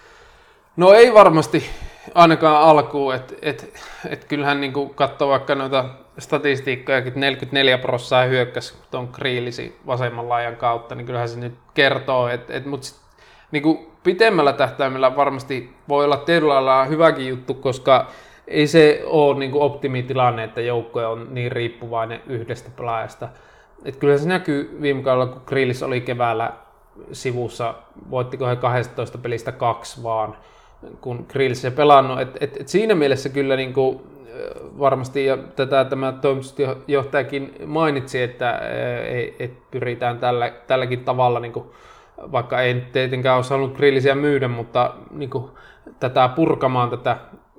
No ei varmasti ainakaan alkuun, että kyllähän niin katsoo vaikka noita statistiikkojakin, 44% hyökkäsi tuon Grealishin vasemman laajan kautta, niin kyllähän se nyt kertoo, mutta niin pitemmällä tähtäimellä varmasti voi olla tietyllä lailla hyväkin juttu, koska ei se ole niin optimitilanne, että joukkue on niin riippuvainen yhdestä pelaajasta. Että kyllä se näkyy viime kaudella, kun Grealish oli keväällä sivussa, voittiko he 12 pelistä 2 vaan, kun Grealish ei pelannut. Et siinä mielessä kyllä niin kuin varmasti, ja tämä toimitusjohtajakin mainitsi, että pyritään tälläkin tavalla, niin kuin, vaikka ei tietenkään olisi halunnut Grealishia myydä, mutta niin kuin, tätä purkamaan tätä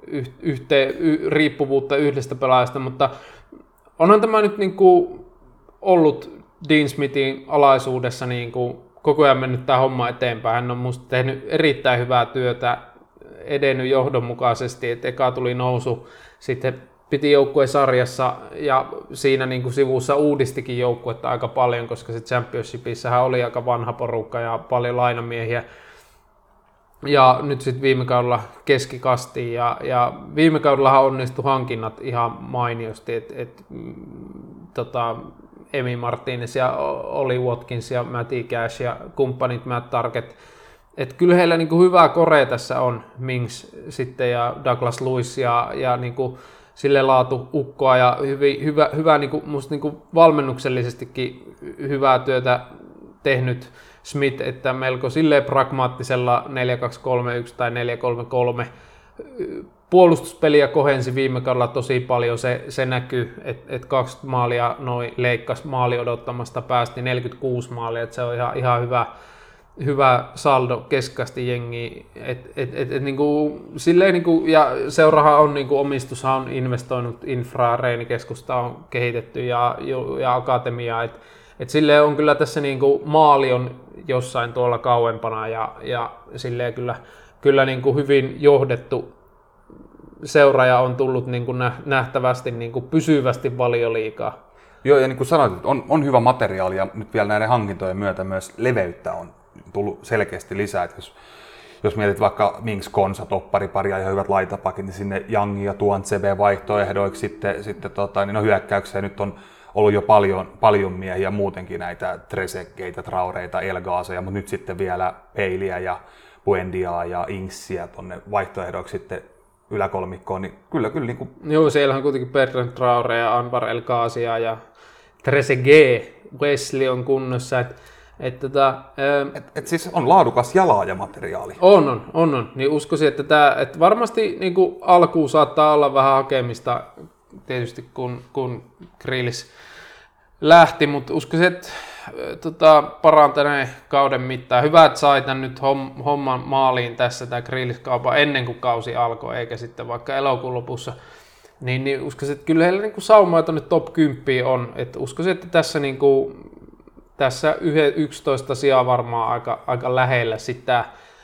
riippuvuutta yhdestä pelaajasta, mutta onhan tämä nyt niin kuin ollut Dean Smithin alaisuudessa niin kuin koko ajan mennyt tämä homma eteenpäin. Hän on minusta tehnyt erittäin hyvää työtä, edennyt johdonmukaisesti, että eka tuli nousu, sitten piti joukkueen sarjassa ja siinä niin kuin sivussa uudistikin joukkuetta aika paljon, koska se Championshipissähän oli aika vanha porukka ja paljon lainamiehiä. Ja nyt sitten viime kaudella keskikastiin ja viime kaudellahan onnistui hankinnat ihan mainiosti, että Emi Martinez ja Oli Watkins ja Matty Cash ja kumppanit Matt Target. Että kyllä heillä niinku hyvää korea tässä on, Mings sitten ja Douglas Lewis ja niinku sille laatu ukkoa ja hyvä niinku, musta niinku valmennuksellisestikin hyvää työtä tehnyt Smith, että melko silleen pragmaattisella 4-2-3-1 tai 4-3-3 puolustuspeliä kohensi viime kaudella tosi paljon. Se näkyy, että 20 maalia noin leikkasi maali odottamasta, päästi 46 maalia, että se on ihan hyvä saldo keskasti jengiä. Niinku, silleen, niinku, ja seurahan on niinku, omistushan on investoinut infraa, reenikeskusta on kehitetty ja akatemiaa. Et silleen on kyllä tässä niinku maali on jossain tuolla kauempana ja silleen kyllä niinku hyvin johdettu seuraaja on tullut niinku nähtävästi niinku pysyvästi Valioliigaan. Joo, ja niin kuin sanoit, on hyvä materiaali ja nyt vielä näiden hankintojen myötä myös leveyttä on tullut selkeästi lisää. Että jos mietit vaikka Minks Konsa, toppariparia ja hyvät laitapakit, niin sinne Youngi ja Tuanzebe vaihtoehdoiksi sitten niin no hyökkäykseen nyt on ollut jo paljon miehiä muutenkin näitä Trezegueita, Traoreita, Elgaaseja, mutta nyt sitten vielä Peiliä ja Buendiaa ja Inksia tuonne vaihtoehdoiksi sitten yläkolmikkoon, niin kyllä niin kuin... Joo, siellä on kuitenkin Bertrand Traore ja Anwar El Ghaziaa ja Trezeguet, Wesley on kunnossa, siis on laadukas jalaajamateriaali. On. Niin uskoisin, että varmasti niin kuin alkuun saattaa olla vähän hakemista tietysti kun Grealish lähti, mutta uskoisin, että parantaneen kauden mittaan. Hyvä, että sai tämän nyt homman maaliin tässä tämä Grealish-kaupan ennen kuin kausi alkoi, eikä sitten vaikka elokuun lopussa. Niin uskoisin, että kyllä heillä niin saumaa tuonne top 10 on. Että uskoisin, että tässä, niin kuin, tässä 11 sijaa varmaan aika lähellä sitä.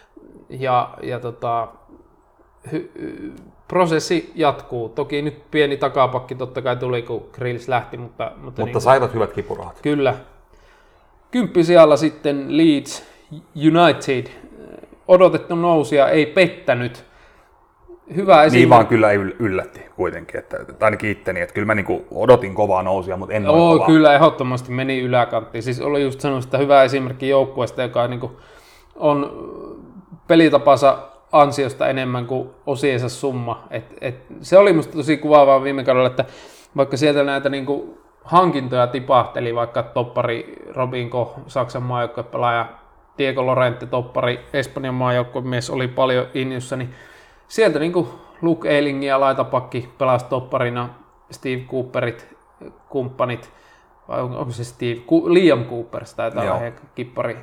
Prosessi jatkuu. Toki nyt pieni takapakki totta kai tuli, kun Grealish lähti, mutta niin saivat hyvät kipurahat. Kyllä. 10 sijalla sitten Leeds United. Odotettu nousija ei pettänyt. Hyvä esimerkki. Niin vaan kyllä ei yllätti kuitenkin, että ainakin itteni, että kyllä mä niinku odotin kovaa nousia, mutta en noin kovaa. Kyllä ehdottomasti meni yläkanttiin. Siis oli just sanonut, että hyvä esimerkki joukkueesta, joka niinku on pelitapansa ansiosta enemmän kuin osiensa summa. Se oli musta tosi kuvaavaa viime kaudella, että vaikka sieltä näitä niinku hankintoja tipahteli, vaikka toppari Robin Koch, Saksan maajoukkuepelaaja, Diego Lorente, toppari Espanjan maajoukkuemies oli paljon injussa, niin sieltä niinku Luke Ayling ja laitapakki pelasi topparina, Steve Cooperit, kumppanit, vai onko se Liam Cooper, taitaa olla heidän kippari.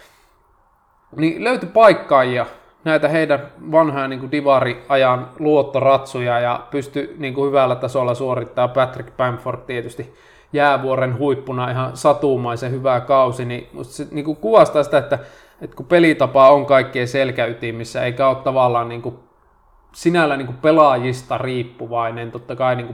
Niin löytyi paikkaajia, näitä heidän vanhaa niin divari-ajan luottoratsuja ja pystyi niin hyvällä tasolla suorittaa Patrick Bamford tietysti jäävuoren huippuna ihan satumaisen hyvä kausi, niin se niin kuvastaa sitä, että kun pelitapa on kaikkien selkäytimissä, eikä ole tavallaan niin sinällä niin pelaajista riippuvainen, totta kai niin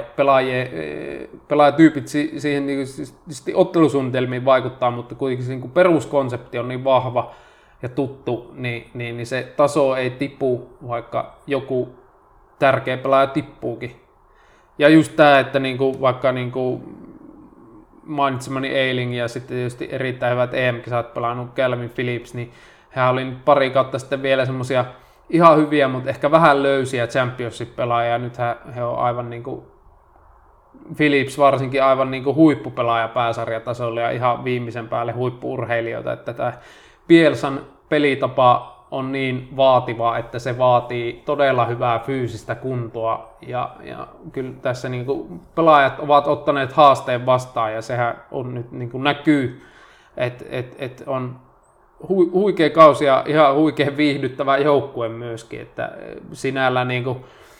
pelaajatyypit siihen niin ottelusuunnitelmiin vaikuttaa, mutta kuitenkin se niin peruskonsepti on niin vahva ja tuttu, niin se taso ei tipu, vaikka joku tärkeä pelaaja tippuukin. Ja just tämä, että niinku, vaikka niinku mainitsemani Ayling ja sitten tietysti erittäin hyvät EM-kisat pelannut Calvin Phillips, niin hän oli nyt pari kautta sitten vielä semmosia ihan hyviä, mutta ehkä vähän löysiä Championship-pelaajia. Nyt he on aivan niinku, Phillips varsinkin aivan niinku huippupelaaja pääsarjatasolla ja ihan viimeisen päälle huippu-urheilijoita, että tämä Bielsan pelitapa on niin vaativa, että se vaatii todella hyvää fyysistä kuntoa ja kyllä tässä niinku pelaajat ovat ottaneet haasteen vastaan ja sehän on nyt niinku näkyy, että on huikea kausi ja ihan huikean viihdyttävä joukkue myöskin, että sinällä niinku,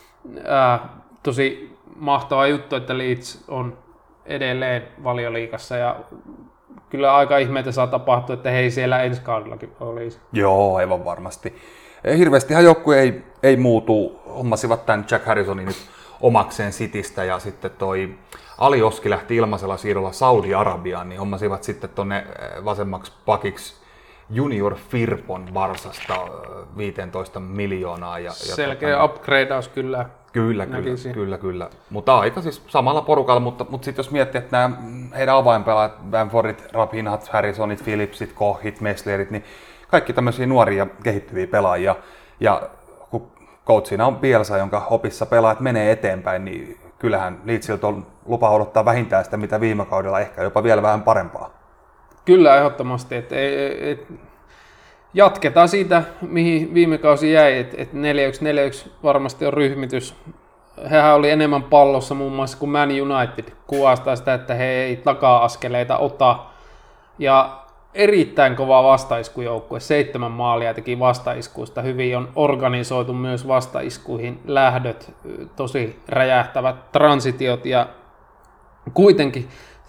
tosi mahtava juttu, että Leeds on edelleen Valioliigassa ja kyllä aika ihmeitä saa tapahtua, että hei siellä ensi kaudellakin olisi. Joo, aivan varmasti. Hirveästihan joukkue ei muutu. Hommasivat tämän Jack Harrisonin nyt omakseen Citystä ja sitten toi Ali Oski lähti ilmaisella siirrolla Saudi-Arabiaan, niin hommasivat sitten tonne vasemmaksi pakiksi Junior Firpon Barsasta 15 miljoonaa. Selkeä upgradeaus kyllä. Kyllä. Mutta aika siis samalla porukalla, mutta sitten jos miettii, että nämä heidän avainpelaajat, Bamfordit, Rapinhat, Harrisonit, Phillipsit, Kohit, Messlerit, niin kaikki tämmöisiä nuoria kehittyviä pelaajia. Ja kun coachina on Bielsa, jonka opissa pelaajat menee eteenpäin, niin kyllähän Leedsiltä on lupa odottaa vähintään sitä, mitä viime kaudella, ehkä jopa vielä vähän parempaa. Kyllä, ehdottomasti. Jatketaan siitä, mihin viime kausi jäi, että 4-1 varmasti on ryhmitys. Hehän oli enemmän pallossa muun muassa kuin Man United. Kuvastaa sitä, että he ei taka-askeleita ota. Ja erittäin kova vastaiskujoukkue, 7 maalia teki vastaiskuista. Hyvin on organisoitu myös vastaiskuihin lähdöt, tosi räjähtävät transitiot ja kuitenkin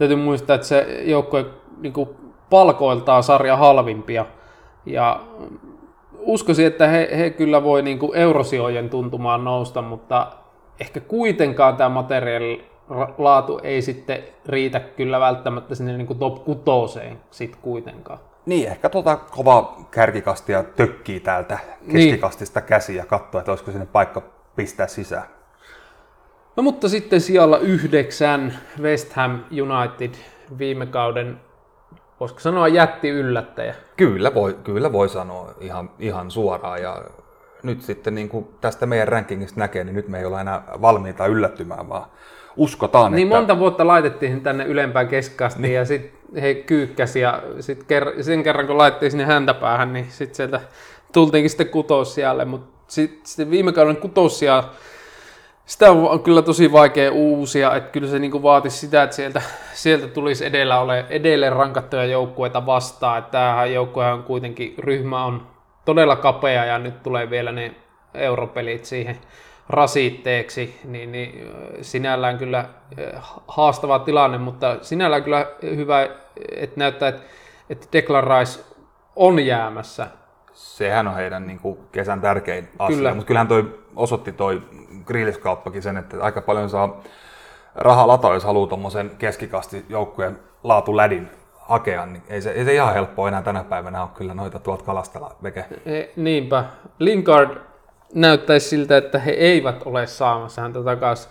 täytyy muistaa, että se joukkue niin kuin palkoiltaan sarja halvimpia. Ja uskoisin, että he kyllä voi niin kuin eurosijojen tuntumaan nousta, mutta ehkä kuitenkaan tämä materiaalilaatu ei sitten riitä kyllä välttämättä sinne niin kuin top 6 sit kuitenkaan. Niin, ehkä kova kärkikastia tökkii täältä keskikastista käsiä ja katsoo, että olisiko sinne paikka pistää sisään. No mutta sitten sijalla 9 West Ham United, viime kauden, voisiko sanoa jätti yllättäjä. Kyllä voi sanoa ihan suoraan, ja nyt sitten niin kuin tästä meidän rankingista näkee, niin nyt me ei olla enää valmiita yllättymään, vaan uskotaan, niin että... monta vuotta laitettiin tänne ylempään keskikastiin niin. Ja sitten he kyykkäsi ja sen kerran kun laitettiin sinne häntäpäähän, niin sitten sieltä tultiinkin sitten kutossijalle, mutta sitten viime kauden kutossijaa, sitä on kyllä tosi vaikea uusia, että kyllä se niinku vaatisi sitä, että sieltä tulisi edelleen rankattuja joukkueita vastaan, että tämähän joukkuehan on kuitenkin, ryhmä on todella kapea ja nyt tulee vielä ne europelit siihen rasitteeksi, niin sinällään kyllä haastava tilanne, mutta sinällään kyllä hyvä, että näyttää, että Declan Rice on jäämässä. Sehän on heidän niin kuin kesän tärkein asia, Kyllä. mutta kyllähän osoitti toi Grealish-kauppakin sen, että aika paljon saa rahaa lataa, jos haluaa tuommoisen keskikasti joukkueen laatulädin hakea, niin ei se ihan helppoa enää tänä päivänä ole kyllä noita tuolta kalastella veke. Niinpä. Lingard näyttäisi siltä, että he eivät ole saamassa häntä takaisin.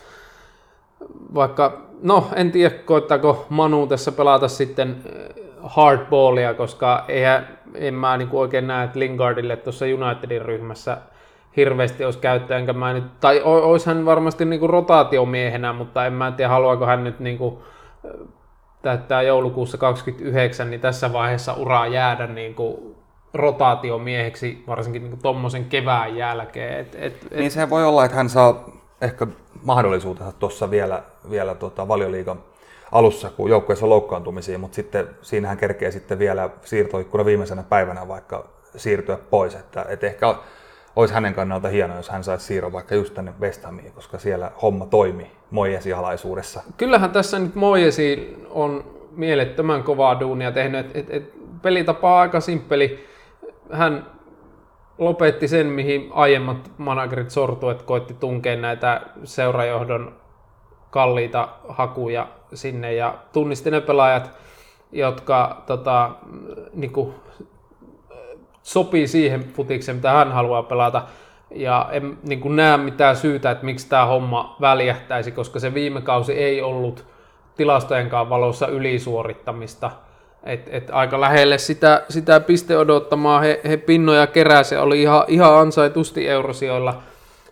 Vaikka, no en tiedä, koittaako Manu tässä pelata sitten hardballia, koska en mä niinku oikein näe, että Lingardille tuossa Unitedin ryhmässä hirveästi olisi käyttöä, enkä mä nyt, tai olisi hän varmasti niinku rotaatiomiehenä, mutta en mä tiedä, haluaako hän nyt niinku täyttää joulukuussa 29, niin tässä vaiheessa uraa jäädä niinku rotaatiomieheksi, varsinkin niinku tommosen kevään jälkeen. Niin se voi olla, että hän saa ehkä mahdollisuutensa tuossa vielä Valioliigan alussa, kun joukkueessa on loukkaantumisia, mutta sitten siinähän kerkee sitten vielä siirtoikkuna viimeisenä päivänä vaikka siirtyä pois, että ehkä olisi hänen kannalta hienoa, jos hän saisi siirron vaikka just tänne West Hamiin, koska siellä homma toimi Moyesin alaisuudessa. Kyllähän tässä nyt Moyesi on mielettömän kovaa duunia tehnyt, että pelitapa on aika simppeli. Hän lopetti sen, mihin aiemmat managerit sortuivat, koitti tunkea näitä seurajohdon kalliita hakuja sinne ja tunnisti ne pelaajat, jotka niinku, sopii siihen futikseen, mitä hän haluaa pelata. Ja en niinku näe mitään syytä, että miksi tämä homma väljähtäisi, koska se viime kausi ei ollut tilastojenkaan valossa ylisuorittamista. Et aika lähelle sitä piste odottamaa he pinnoja keräsi, oli ihan ansaitusti eurosijoilla.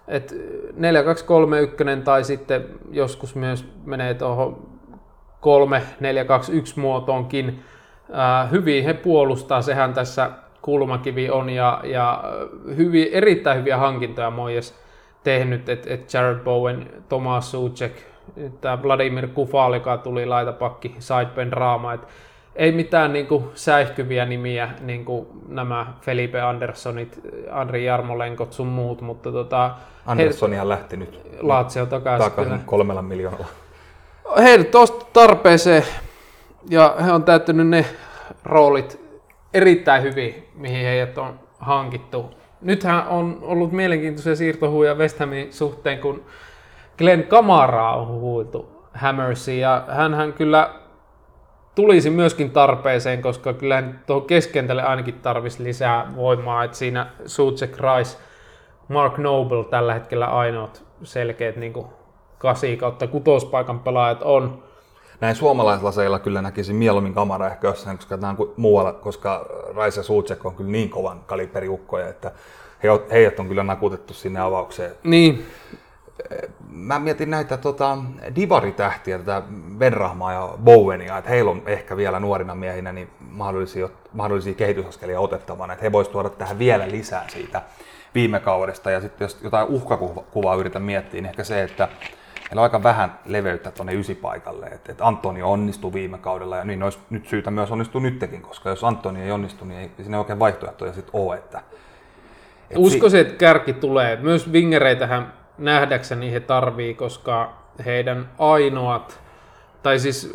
4-2-3-1 tai sitten joskus myös menee tuohon 3-4-2-1 muotoonkin. Hyvin he puolustaa, sehän tässä kulmakivi on ja erittäin hyviä hankintoja Moyes tehnyt, että Jared Bowen, Tomas Soucek, tämä Vladimir Kufal, joka tuli laitapakki, Said Rama, ei mitään niinku säihkyviä nimiä, niinku nämä Felipe Anderssonit, Andri Jarmolenkot sun muut, mutta Anderssonihan lähti nyt Lazio takaisin 3 miljoonalla. Heidät tuosta tarpeeseen ja he on täyttänyt ne roolit erittäin hyvin, mihin heidät on hankittu. Nythän on ollut mielenkiintoisia siirtohuja West Hamin suhteen, kun Glenn Kamaraa on huuiltu Hammersiin ja hänhän kyllä tulisi myöskin tarpeeseen, koska kyllä tuohon keskentälle ainakin tarvitsisi lisää voimaa, että siinä Soucek, Rice, Mark Noble tällä hetkellä ainoat selkeät niin 8/6 paikan pelaajat on. Näin suomalaislaseilla kyllä näkisin mieluummin Kamara ehkä jossain, koska nämä on muualla, koska Rice ja Soucek on kyllä niin kovan kaliberiukkoja, että heidät on kyllä nakutettu sinne avaukseen. Niin. Mä mietin näitä divaritähtiä, tätä Benrahmaa ja Bowenia, että heillä on ehkä vielä nuorina miehinä niin mahdollisia kehitysaskelia otettavana, että he voisivat tuoda tähän vielä lisää siitä viime kaudesta. Ja sitten jos jotain uhkakuvaa yritän miettiä, niin ehkä se, että heillä on aika vähän leveyttä tuonne 9 paikalle. Että Antonio onnistui viime kaudella ja niin olisi nyt syytä myös onnistua nytkin, koska jos Antonio ei onnistu, niin ei siinä oikein vaihtoehtoja sitten ole. Uskoisin, että kärki tulee. Myös wingereitähän nähdäkseni he tarvii, koska heidän ainoat, tai siis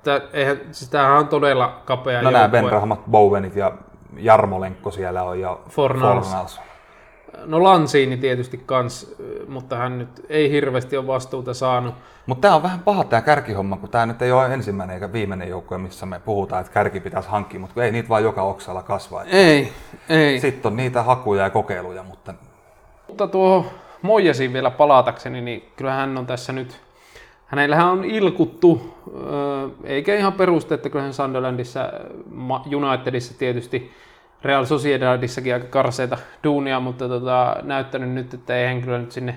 Siis tämähän on todella kapea No nämä joukkue. Ben Rahmat, Bowenit ja Jarmolenko siellä on ja Fornals. No Lansiini tietysti kans, mutta hän nyt ei hirveästi ole vastuuta saanut. Mutta tämä on vähän paha tämä kärkihomma, kun tämä nyt ei ole ensimmäinen eikä viimeinen joukkue, missä me puhutaan, että kärki pitäisi hankkia, mutta ei niitä vaan joka oksalla kasvaa. Ei. Sitten on niitä hakuja ja kokeiluja, mutta... Mutta tuohon Moijasiin vielä palatakseni, niin kyllä hän on tässä nyt, hänellähän on ilkuttu, eikä ihan peruste, että kyllähän Sunderlandissa, Unitedissa tietysti, Real Sociedadissakin aika karseita duunia, mutta näyttänyt nyt, että ei hän kyllä nyt sinne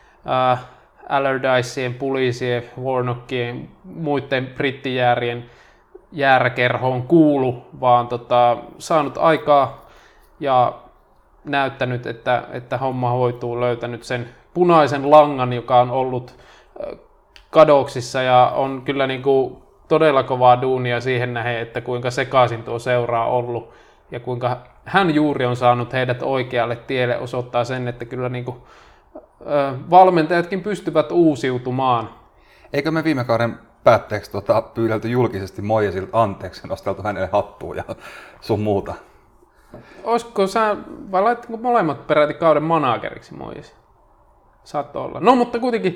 Allardyceen, Pulisien, Warnockien, muiden brittijäärien jääräkerhoon kuulu, vaan saanut aikaa ja näyttänyt, että homma hoituu, löytänyt sen punaisen langan, joka on ollut kadoksissa ja on kyllä niin kuin todella kovaa duunia siihen nähden, että kuinka sekaisin tuo seura on ollut ja kuinka hän juuri on saanut heidät oikealle tielle, osoittaa sen, että kyllä niin kuin, valmentajatkin pystyvät uusiutumaan. Eikö me viime kauden päätteeksi pyydelty julkisesti Moijasilta anteeksi ja nosteltu hänelle hattua ja sun muuta? Olisiko sä, vai laittako molemmat peräti kauden manageriksi Moijasi? Saattoi olla. No mutta kuitenkin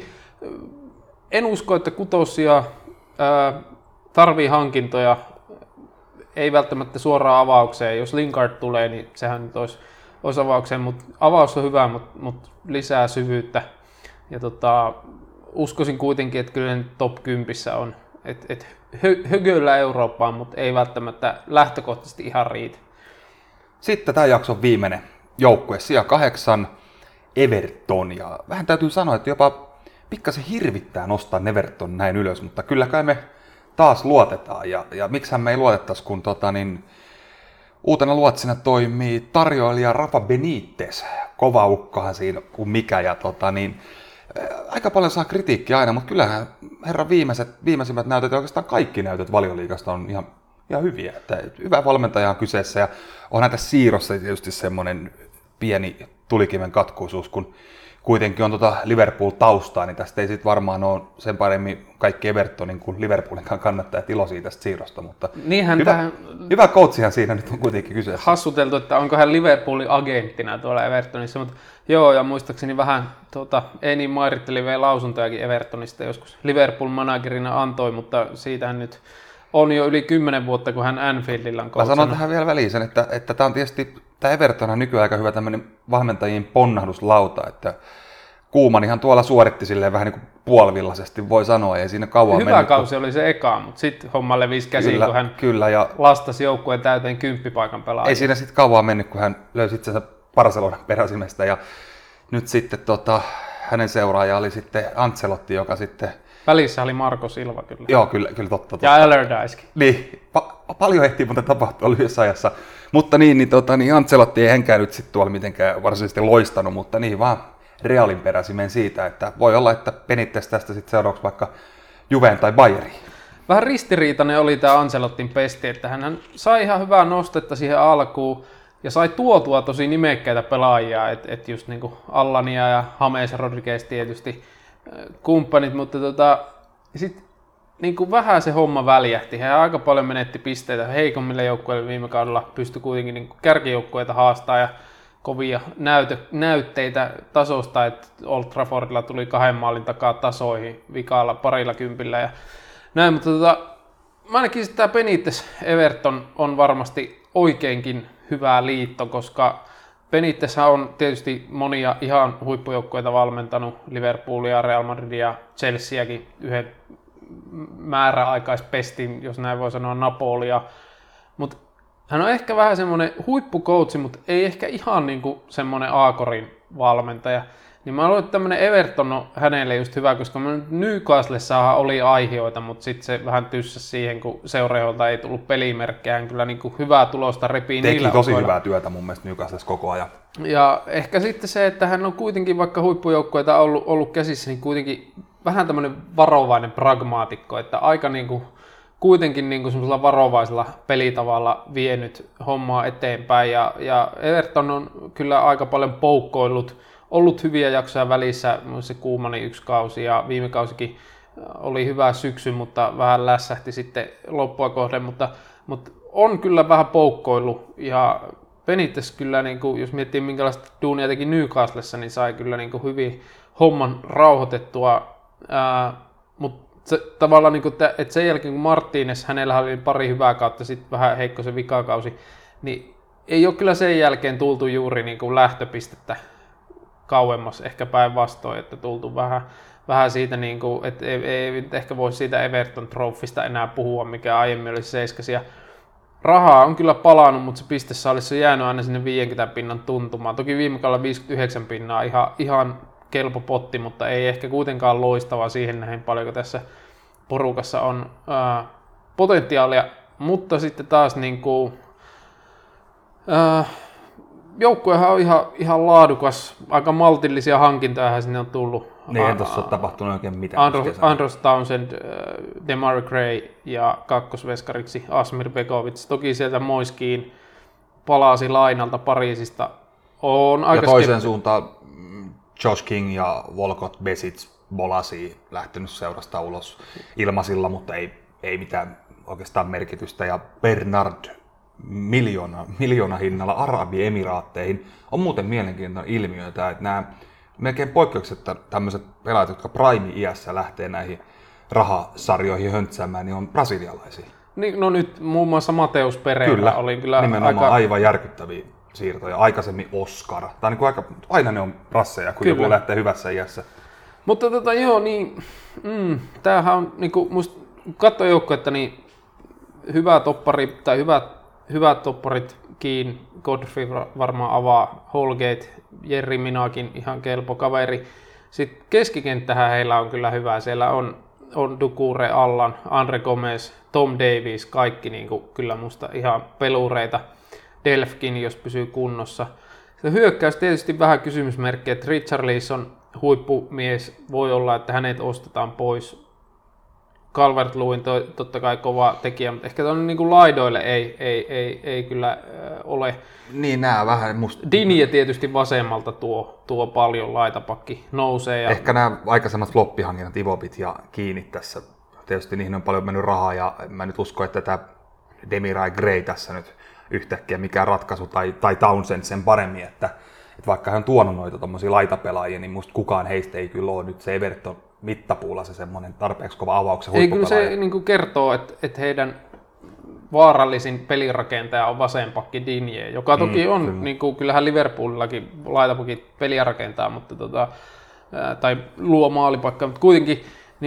en usko, että kutosia tarvii hankintoja, ei välttämättä suoraan avaukseen. Jos Lingard tulee, niin sehän nyt olisi avaukseen, mutta avaus on hyvä, mutta lisää syvyyttä. Ja uskoisin kuitenkin, että kyllä nyt top 10 on. Högöllä Eurooppaan, mutta ei välttämättä lähtökohtaisesti ihan riitä. Sitten tämä jakson viimeinen joukkue, sija 8, Everton. Ja vähän täytyy sanoa, että jopa pikkasen hirvittää nostaa Everton näin ylös, mutta kyllä kai me taas luotetaan. Ja miksihän me ei luotettaisi, kun uutena luotsina toimii tarjoilija Rafa Benitez. Kova ukkohan siinä kuin mikä. Ja aika paljon saa kritiikkiä aina, mutta kyllähän herran viimeisimmät näytöt ja oikeastaan kaikki näytöt Valioliigasta on ihan hyviä. Että hyvä valmentaja on kyseessä ja onhan tässä siirrossa tietysti semmoinen pieni tulikiven katkuisuus, kun kuitenkin on Liverpool-taustaa, niin tästä ei sitten varmaan ole sen paremmin kaikki Evertonin kuin Liverpoolinkaan kannattajat iloisia tästä siirrosta, mutta hyvä coachihan siinä nyt on kuitenkin kyseessä. Hassuteltu, että onko hän Liverpoolin agenttina tuolla Evertonissa, mutta joo, ja muistaakseni vähän ei niin mairittelivia lausuntojakin Evertonista joskus Liverpool-managerina antoi, mutta siitähän nyt on jo yli 10 vuotta, kun hän Anfieldillä on coachannut. Mä sanon tähän vielä väliin sen, että tämä on tietysti, tämä Everton on nykyään aika hyvä tämmöinen valmentajien ponnahduslauta, että Koemanihan tuolla suoritti silleen vähän niin kuin puolivillaisesti, voi sanoa, ei siinä kauan hyvä mennyt. Hyvä kausi oli se eka, mutta sitten homma levisi käsiin, kun hän ja lastasi joukkueen täyteen 10 paikan pelaajia. Ei siinä sitten kauan mennyt, kun hän löysi itsensä Barcelonan peräsimestä ja nyt sitten hänen seuraaja oli sitten Ancelotti, joka sitten... Välissä oli Marco Silva kyllä. Joo, kyllä totta. Ja Allardycekin. Niin, paljon ehtii muuten tapahtua lyhyessä ajassa. Mutta niin Ancelotti ei hänkään nyt sitten tuolla mitenkään varsinaisesti loistanut, mutta niin vaan Realin peräsimen siitä, että voi olla, että Benitez tästä sitten seuraavaksi vaikka Juveen tai Bayeriin. Vähän ristiriitainen oli tämä Ancelottin pesti, että hän sai ihan hyvää nostetta siihen alkuun ja sai tuotua tosi nimekkäitä pelaajia, että just niin kuin Allania ja James Rodriguez tietysti kumppanit, mutta sitten niin kuin vähän se homma väljähti. Hän aika paljon menetti pisteitä heikommille joukkueille viime kaudella, pystyi kuitenkin niin kuin kärkijoukkueita haastamaan ja kovia näytteitä tasosta, että Old Traffordilla tuli 2 maalin takaa tasoihin vikaalla parilla kympillä ja näin, mutta mä ainakin sitten tämä Benitez Everton on varmasti oikeinkin hyvä liitto, koska Benitezhän on tietysti monia ihan huippujoukkueita valmentanut, Liverpoolia, Real Madridia, Chelseakin, yhden määräaikaispestin, jos näin voi sanoa, Napolia, mutta hän on ehkä vähän semmoinen huippukoutsi, mutta ei ehkä ihan niinku semmoinen Aakorin valmentaja. Niin mä luulen, että tämmöinen Everton on hänelle just hyvä, koska Newcastlessahan oli aihioita, mutta sitten se vähän tyssäsi siihen, kun seuraajalta ei tullut pelimerkkejä. Hän kyllä niinku hyvää tulosta repii niillä. Teki tosi hyvää työtä mun mielestä Newcastlessa koko ajan. Ja ehkä sitten se, että hän on kuitenkin, vaikka huippujoukkueita ollut käsissä, niin kuitenkin vähän tämmöinen varovainen pragmaatikko, että aika niinku kuitenkin niin kuin semmoisella varovaisella pelitavalla vienyt hommaa eteenpäin ja Everton on kyllä aika paljon poukkoillut, ollut hyviä jaksoja välissä, se Koemanin 1 kausi ja viime kausikin oli hyvä syksy, mutta vähän lässähti sitten loppua kohden, mutta on kyllä vähän poukkoillut ja Benitez kyllä, niin kuin, jos miettii minkälaista duunia teki Newcastlessa, niin sai kyllä niin kuin hyvin homman rauhoitettua, mutta tavallaan, niin kuin, että sen jälkeen kun Martínez, hänellä oli pari hyvää kautta, sitten vähän heikko se vikakausi, niin ei ole kyllä sen jälkeen tultu juuri niin kuin lähtöpistettä kauemmas, ehkä päinvastoin, että tultu vähän siitä, niin kuin, että ei ehkä voisi siitä Everton Trophysta enää puhua, mikä aiemmin oli 7. Rahaa on kyllä palannut, mutta se pistesaalissa on jäänyt aina sinne 50 pinnan tuntumaan. Toki viime kaudella 59 pinnaa ihan kelpo potti, mutta ei ehkä kuitenkaan loistavaa siihen nähden paljonko tässä porukassa on potentiaalia. Mutta sitten taas niin kuin, joukkuehan on ihan laadukas, aika maltillisia hankintoja sinne on tullut. Niin ei tuossa ole tapahtunut oikein mitään. Andros Townsend, Demarai Gray ja kakkosveskariksi Asmir Begovic. Toki sieltä Moiskiin palasi lainalta Pariisista. On aika ja toiseen suuntaan Josh King ja Volkot Besic Bolasi lähtenyt seurasta ulos ilmaisilla, mutta ei mitään oikeastaan merkitystä. Ja Bernard miljoona hinnalla Arabiemiraatteihin on muuten mielenkiintoinen ilmiö, että nämä melkein poikkeuksetta tämmöiset pelaajat, jotka prime-iässä lähtee näihin rahasarjoihin höntsäämään, niin on brasilialaisia. Niin, no nyt muun muassa Mateus Pereira oli kyllä nimenomaan aivan järkyttäviä siirtoja. Aikaisemmin Oscar. Tai niin kuin aina ne on rasseja, kun joku lähtee hyvässä iässä. Mutta joo, niin tämähän on niinku musta kattojoukkuetta, niin hyvä toppari tai hyvät topparit Keane, Godfrey varmaan avaa, Holgate, Jerry Minakin ihan kelpo kaveri. Sitten keskikenttähän heillä on kyllä hyvä. Siellä on Doucouré, Allan, Andre Gomez, Tom Davies, kaikki niinku kyllä musta ihan pelureita. Delfkin, jos pysyy kunnossa. Se hyökkäys tietysti vähän kysymysmerkki, että Richarlison huippumies voi olla, että hänet ostetaan pois. Calvert-Lewin totta kai kova tekijä, mutta ehkä tuonne niin kuin laidoille ei kyllä ole. Niin nämä vähän musta. Digne tietysti vasemmalta tuo paljon, laitapakki nousee. Ja ehkä nämä aikaisemmat floppihankinnat, Ivopit ja Kiinit tässä, tietysti niihin on paljon mennyt rahaa ja mä nyt uskon, että tämä Demarai Gray tässä nyt yhtäkkiä mikään ratkaisu tai Townsend sen paremmin, että vaikka hän on tuonut noita tommosia laitapelaajia, niin musta kukaan heistä ei kyllä ole nyt se Everton mittapuulla se semmoinen tarpeeksi kova avauksen huippupelaaja. Ei kyllä se niin kuin kertoo, että heidän vaarallisin pelirakentaja on vasenpakki Digne, joka toki on, niin kuin, kyllähän Liverpoolillakin laitapakit peliä rakentaa, mutta tai luo maalipaikkaa, mutta kuitenkin,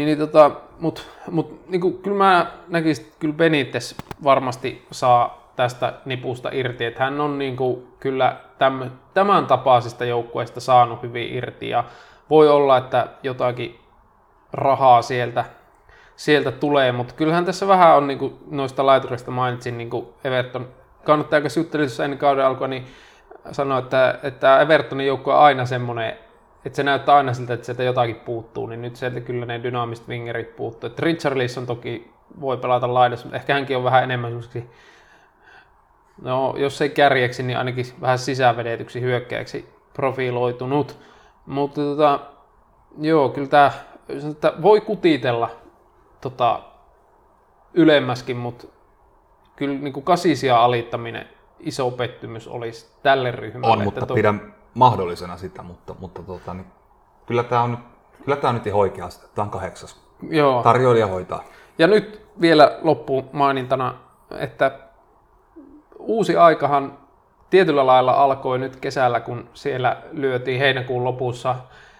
mutta niin kuin, kyllä mä näkisin, että kyllä Benitez varmasti saa tästä nipusta irti, että hän on niin kuin, kyllä tämän tapaisista joukkueista saanut hyvin irti ja voi olla, että jotakin rahaa sieltä tulee, mutta kyllähän tässä vähän on niin kuin noista laitureista mainitsin, niin kuin Everton, kannattaa jos juttelin tuossa ennen kauden alkua, niin sanoa, että Evertonin joukkue on aina semmoinen, että se näyttää aina siltä, että sieltä jotakin puuttuu, niin nyt sieltä kyllä ne dynaamiset wingerit puuttuu. Että Richarlison toki voi pelata laidassa, mutta ehkä hänkin on vähän enemmän semmoisesti, no jos ei kärjeksi, niin ainakin vähän sisävedetyksi hyökkäjäksi profiloitunut. Mutta joo, kyllä tämä voi kutitella ylemmäskin, mutta kyllä niin kuin 8 alittaminen iso pettymys olisi tälle ryhmälle. On, mutta pidän mahdollisena sitä, mutta niin, kyllä tämä on nyt ihan oikeasti. Tämä on 8. Joo. Tarjoilija hoitaa. Ja nyt vielä loppuun mainintana, että uusi aikahan tietyllä lailla alkoi nyt kesällä, kun siellä lyötiin heinäkuun lopussa,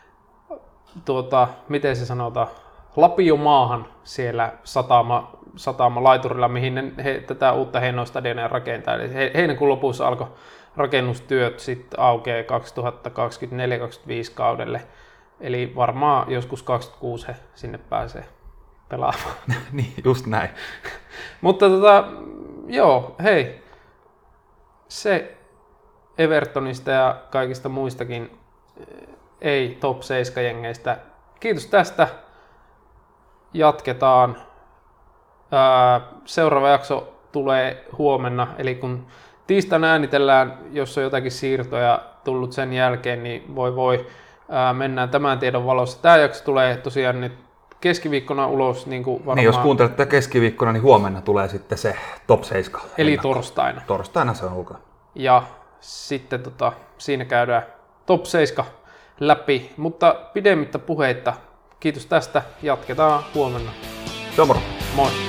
miten se sanotaan, lapio maahan siellä satama laiturilla, mihin he tätä uutta Heino-stadionia rakentaa. Eli heinäkuun lopussa alkoi rakennustyöt, sitten aukeaa 2024-2025 kaudelle. Eli varmaan joskus 2026 he sinne pääsee pelaamaan. Niin, just näin. Mutta joo, hei. Se Evertonista ja kaikista muistakin ei top 7 jengeistä. Kiitos tästä. Jatketaan. Seuraava jakso tulee huomenna, eli kun tiistaina äänitellään, jos on jotakin siirtoja tullut sen jälkeen, niin mennään tämän tiedon valossa. Tämä jakso tulee tosiaan nyt keskiviikkona ulos niin kuin varmaan. Niin, jos kuuntelette keskiviikkona, niin huomenna tulee sitten se top 7. Eli ennakko. torstaina. Torstaina se on ulkona. Ja sitten siinä käydään top 7 läpi, mutta pidemmittä puheitta. Kiitos tästä, jatketaan huomenna. Se on moro. Moi!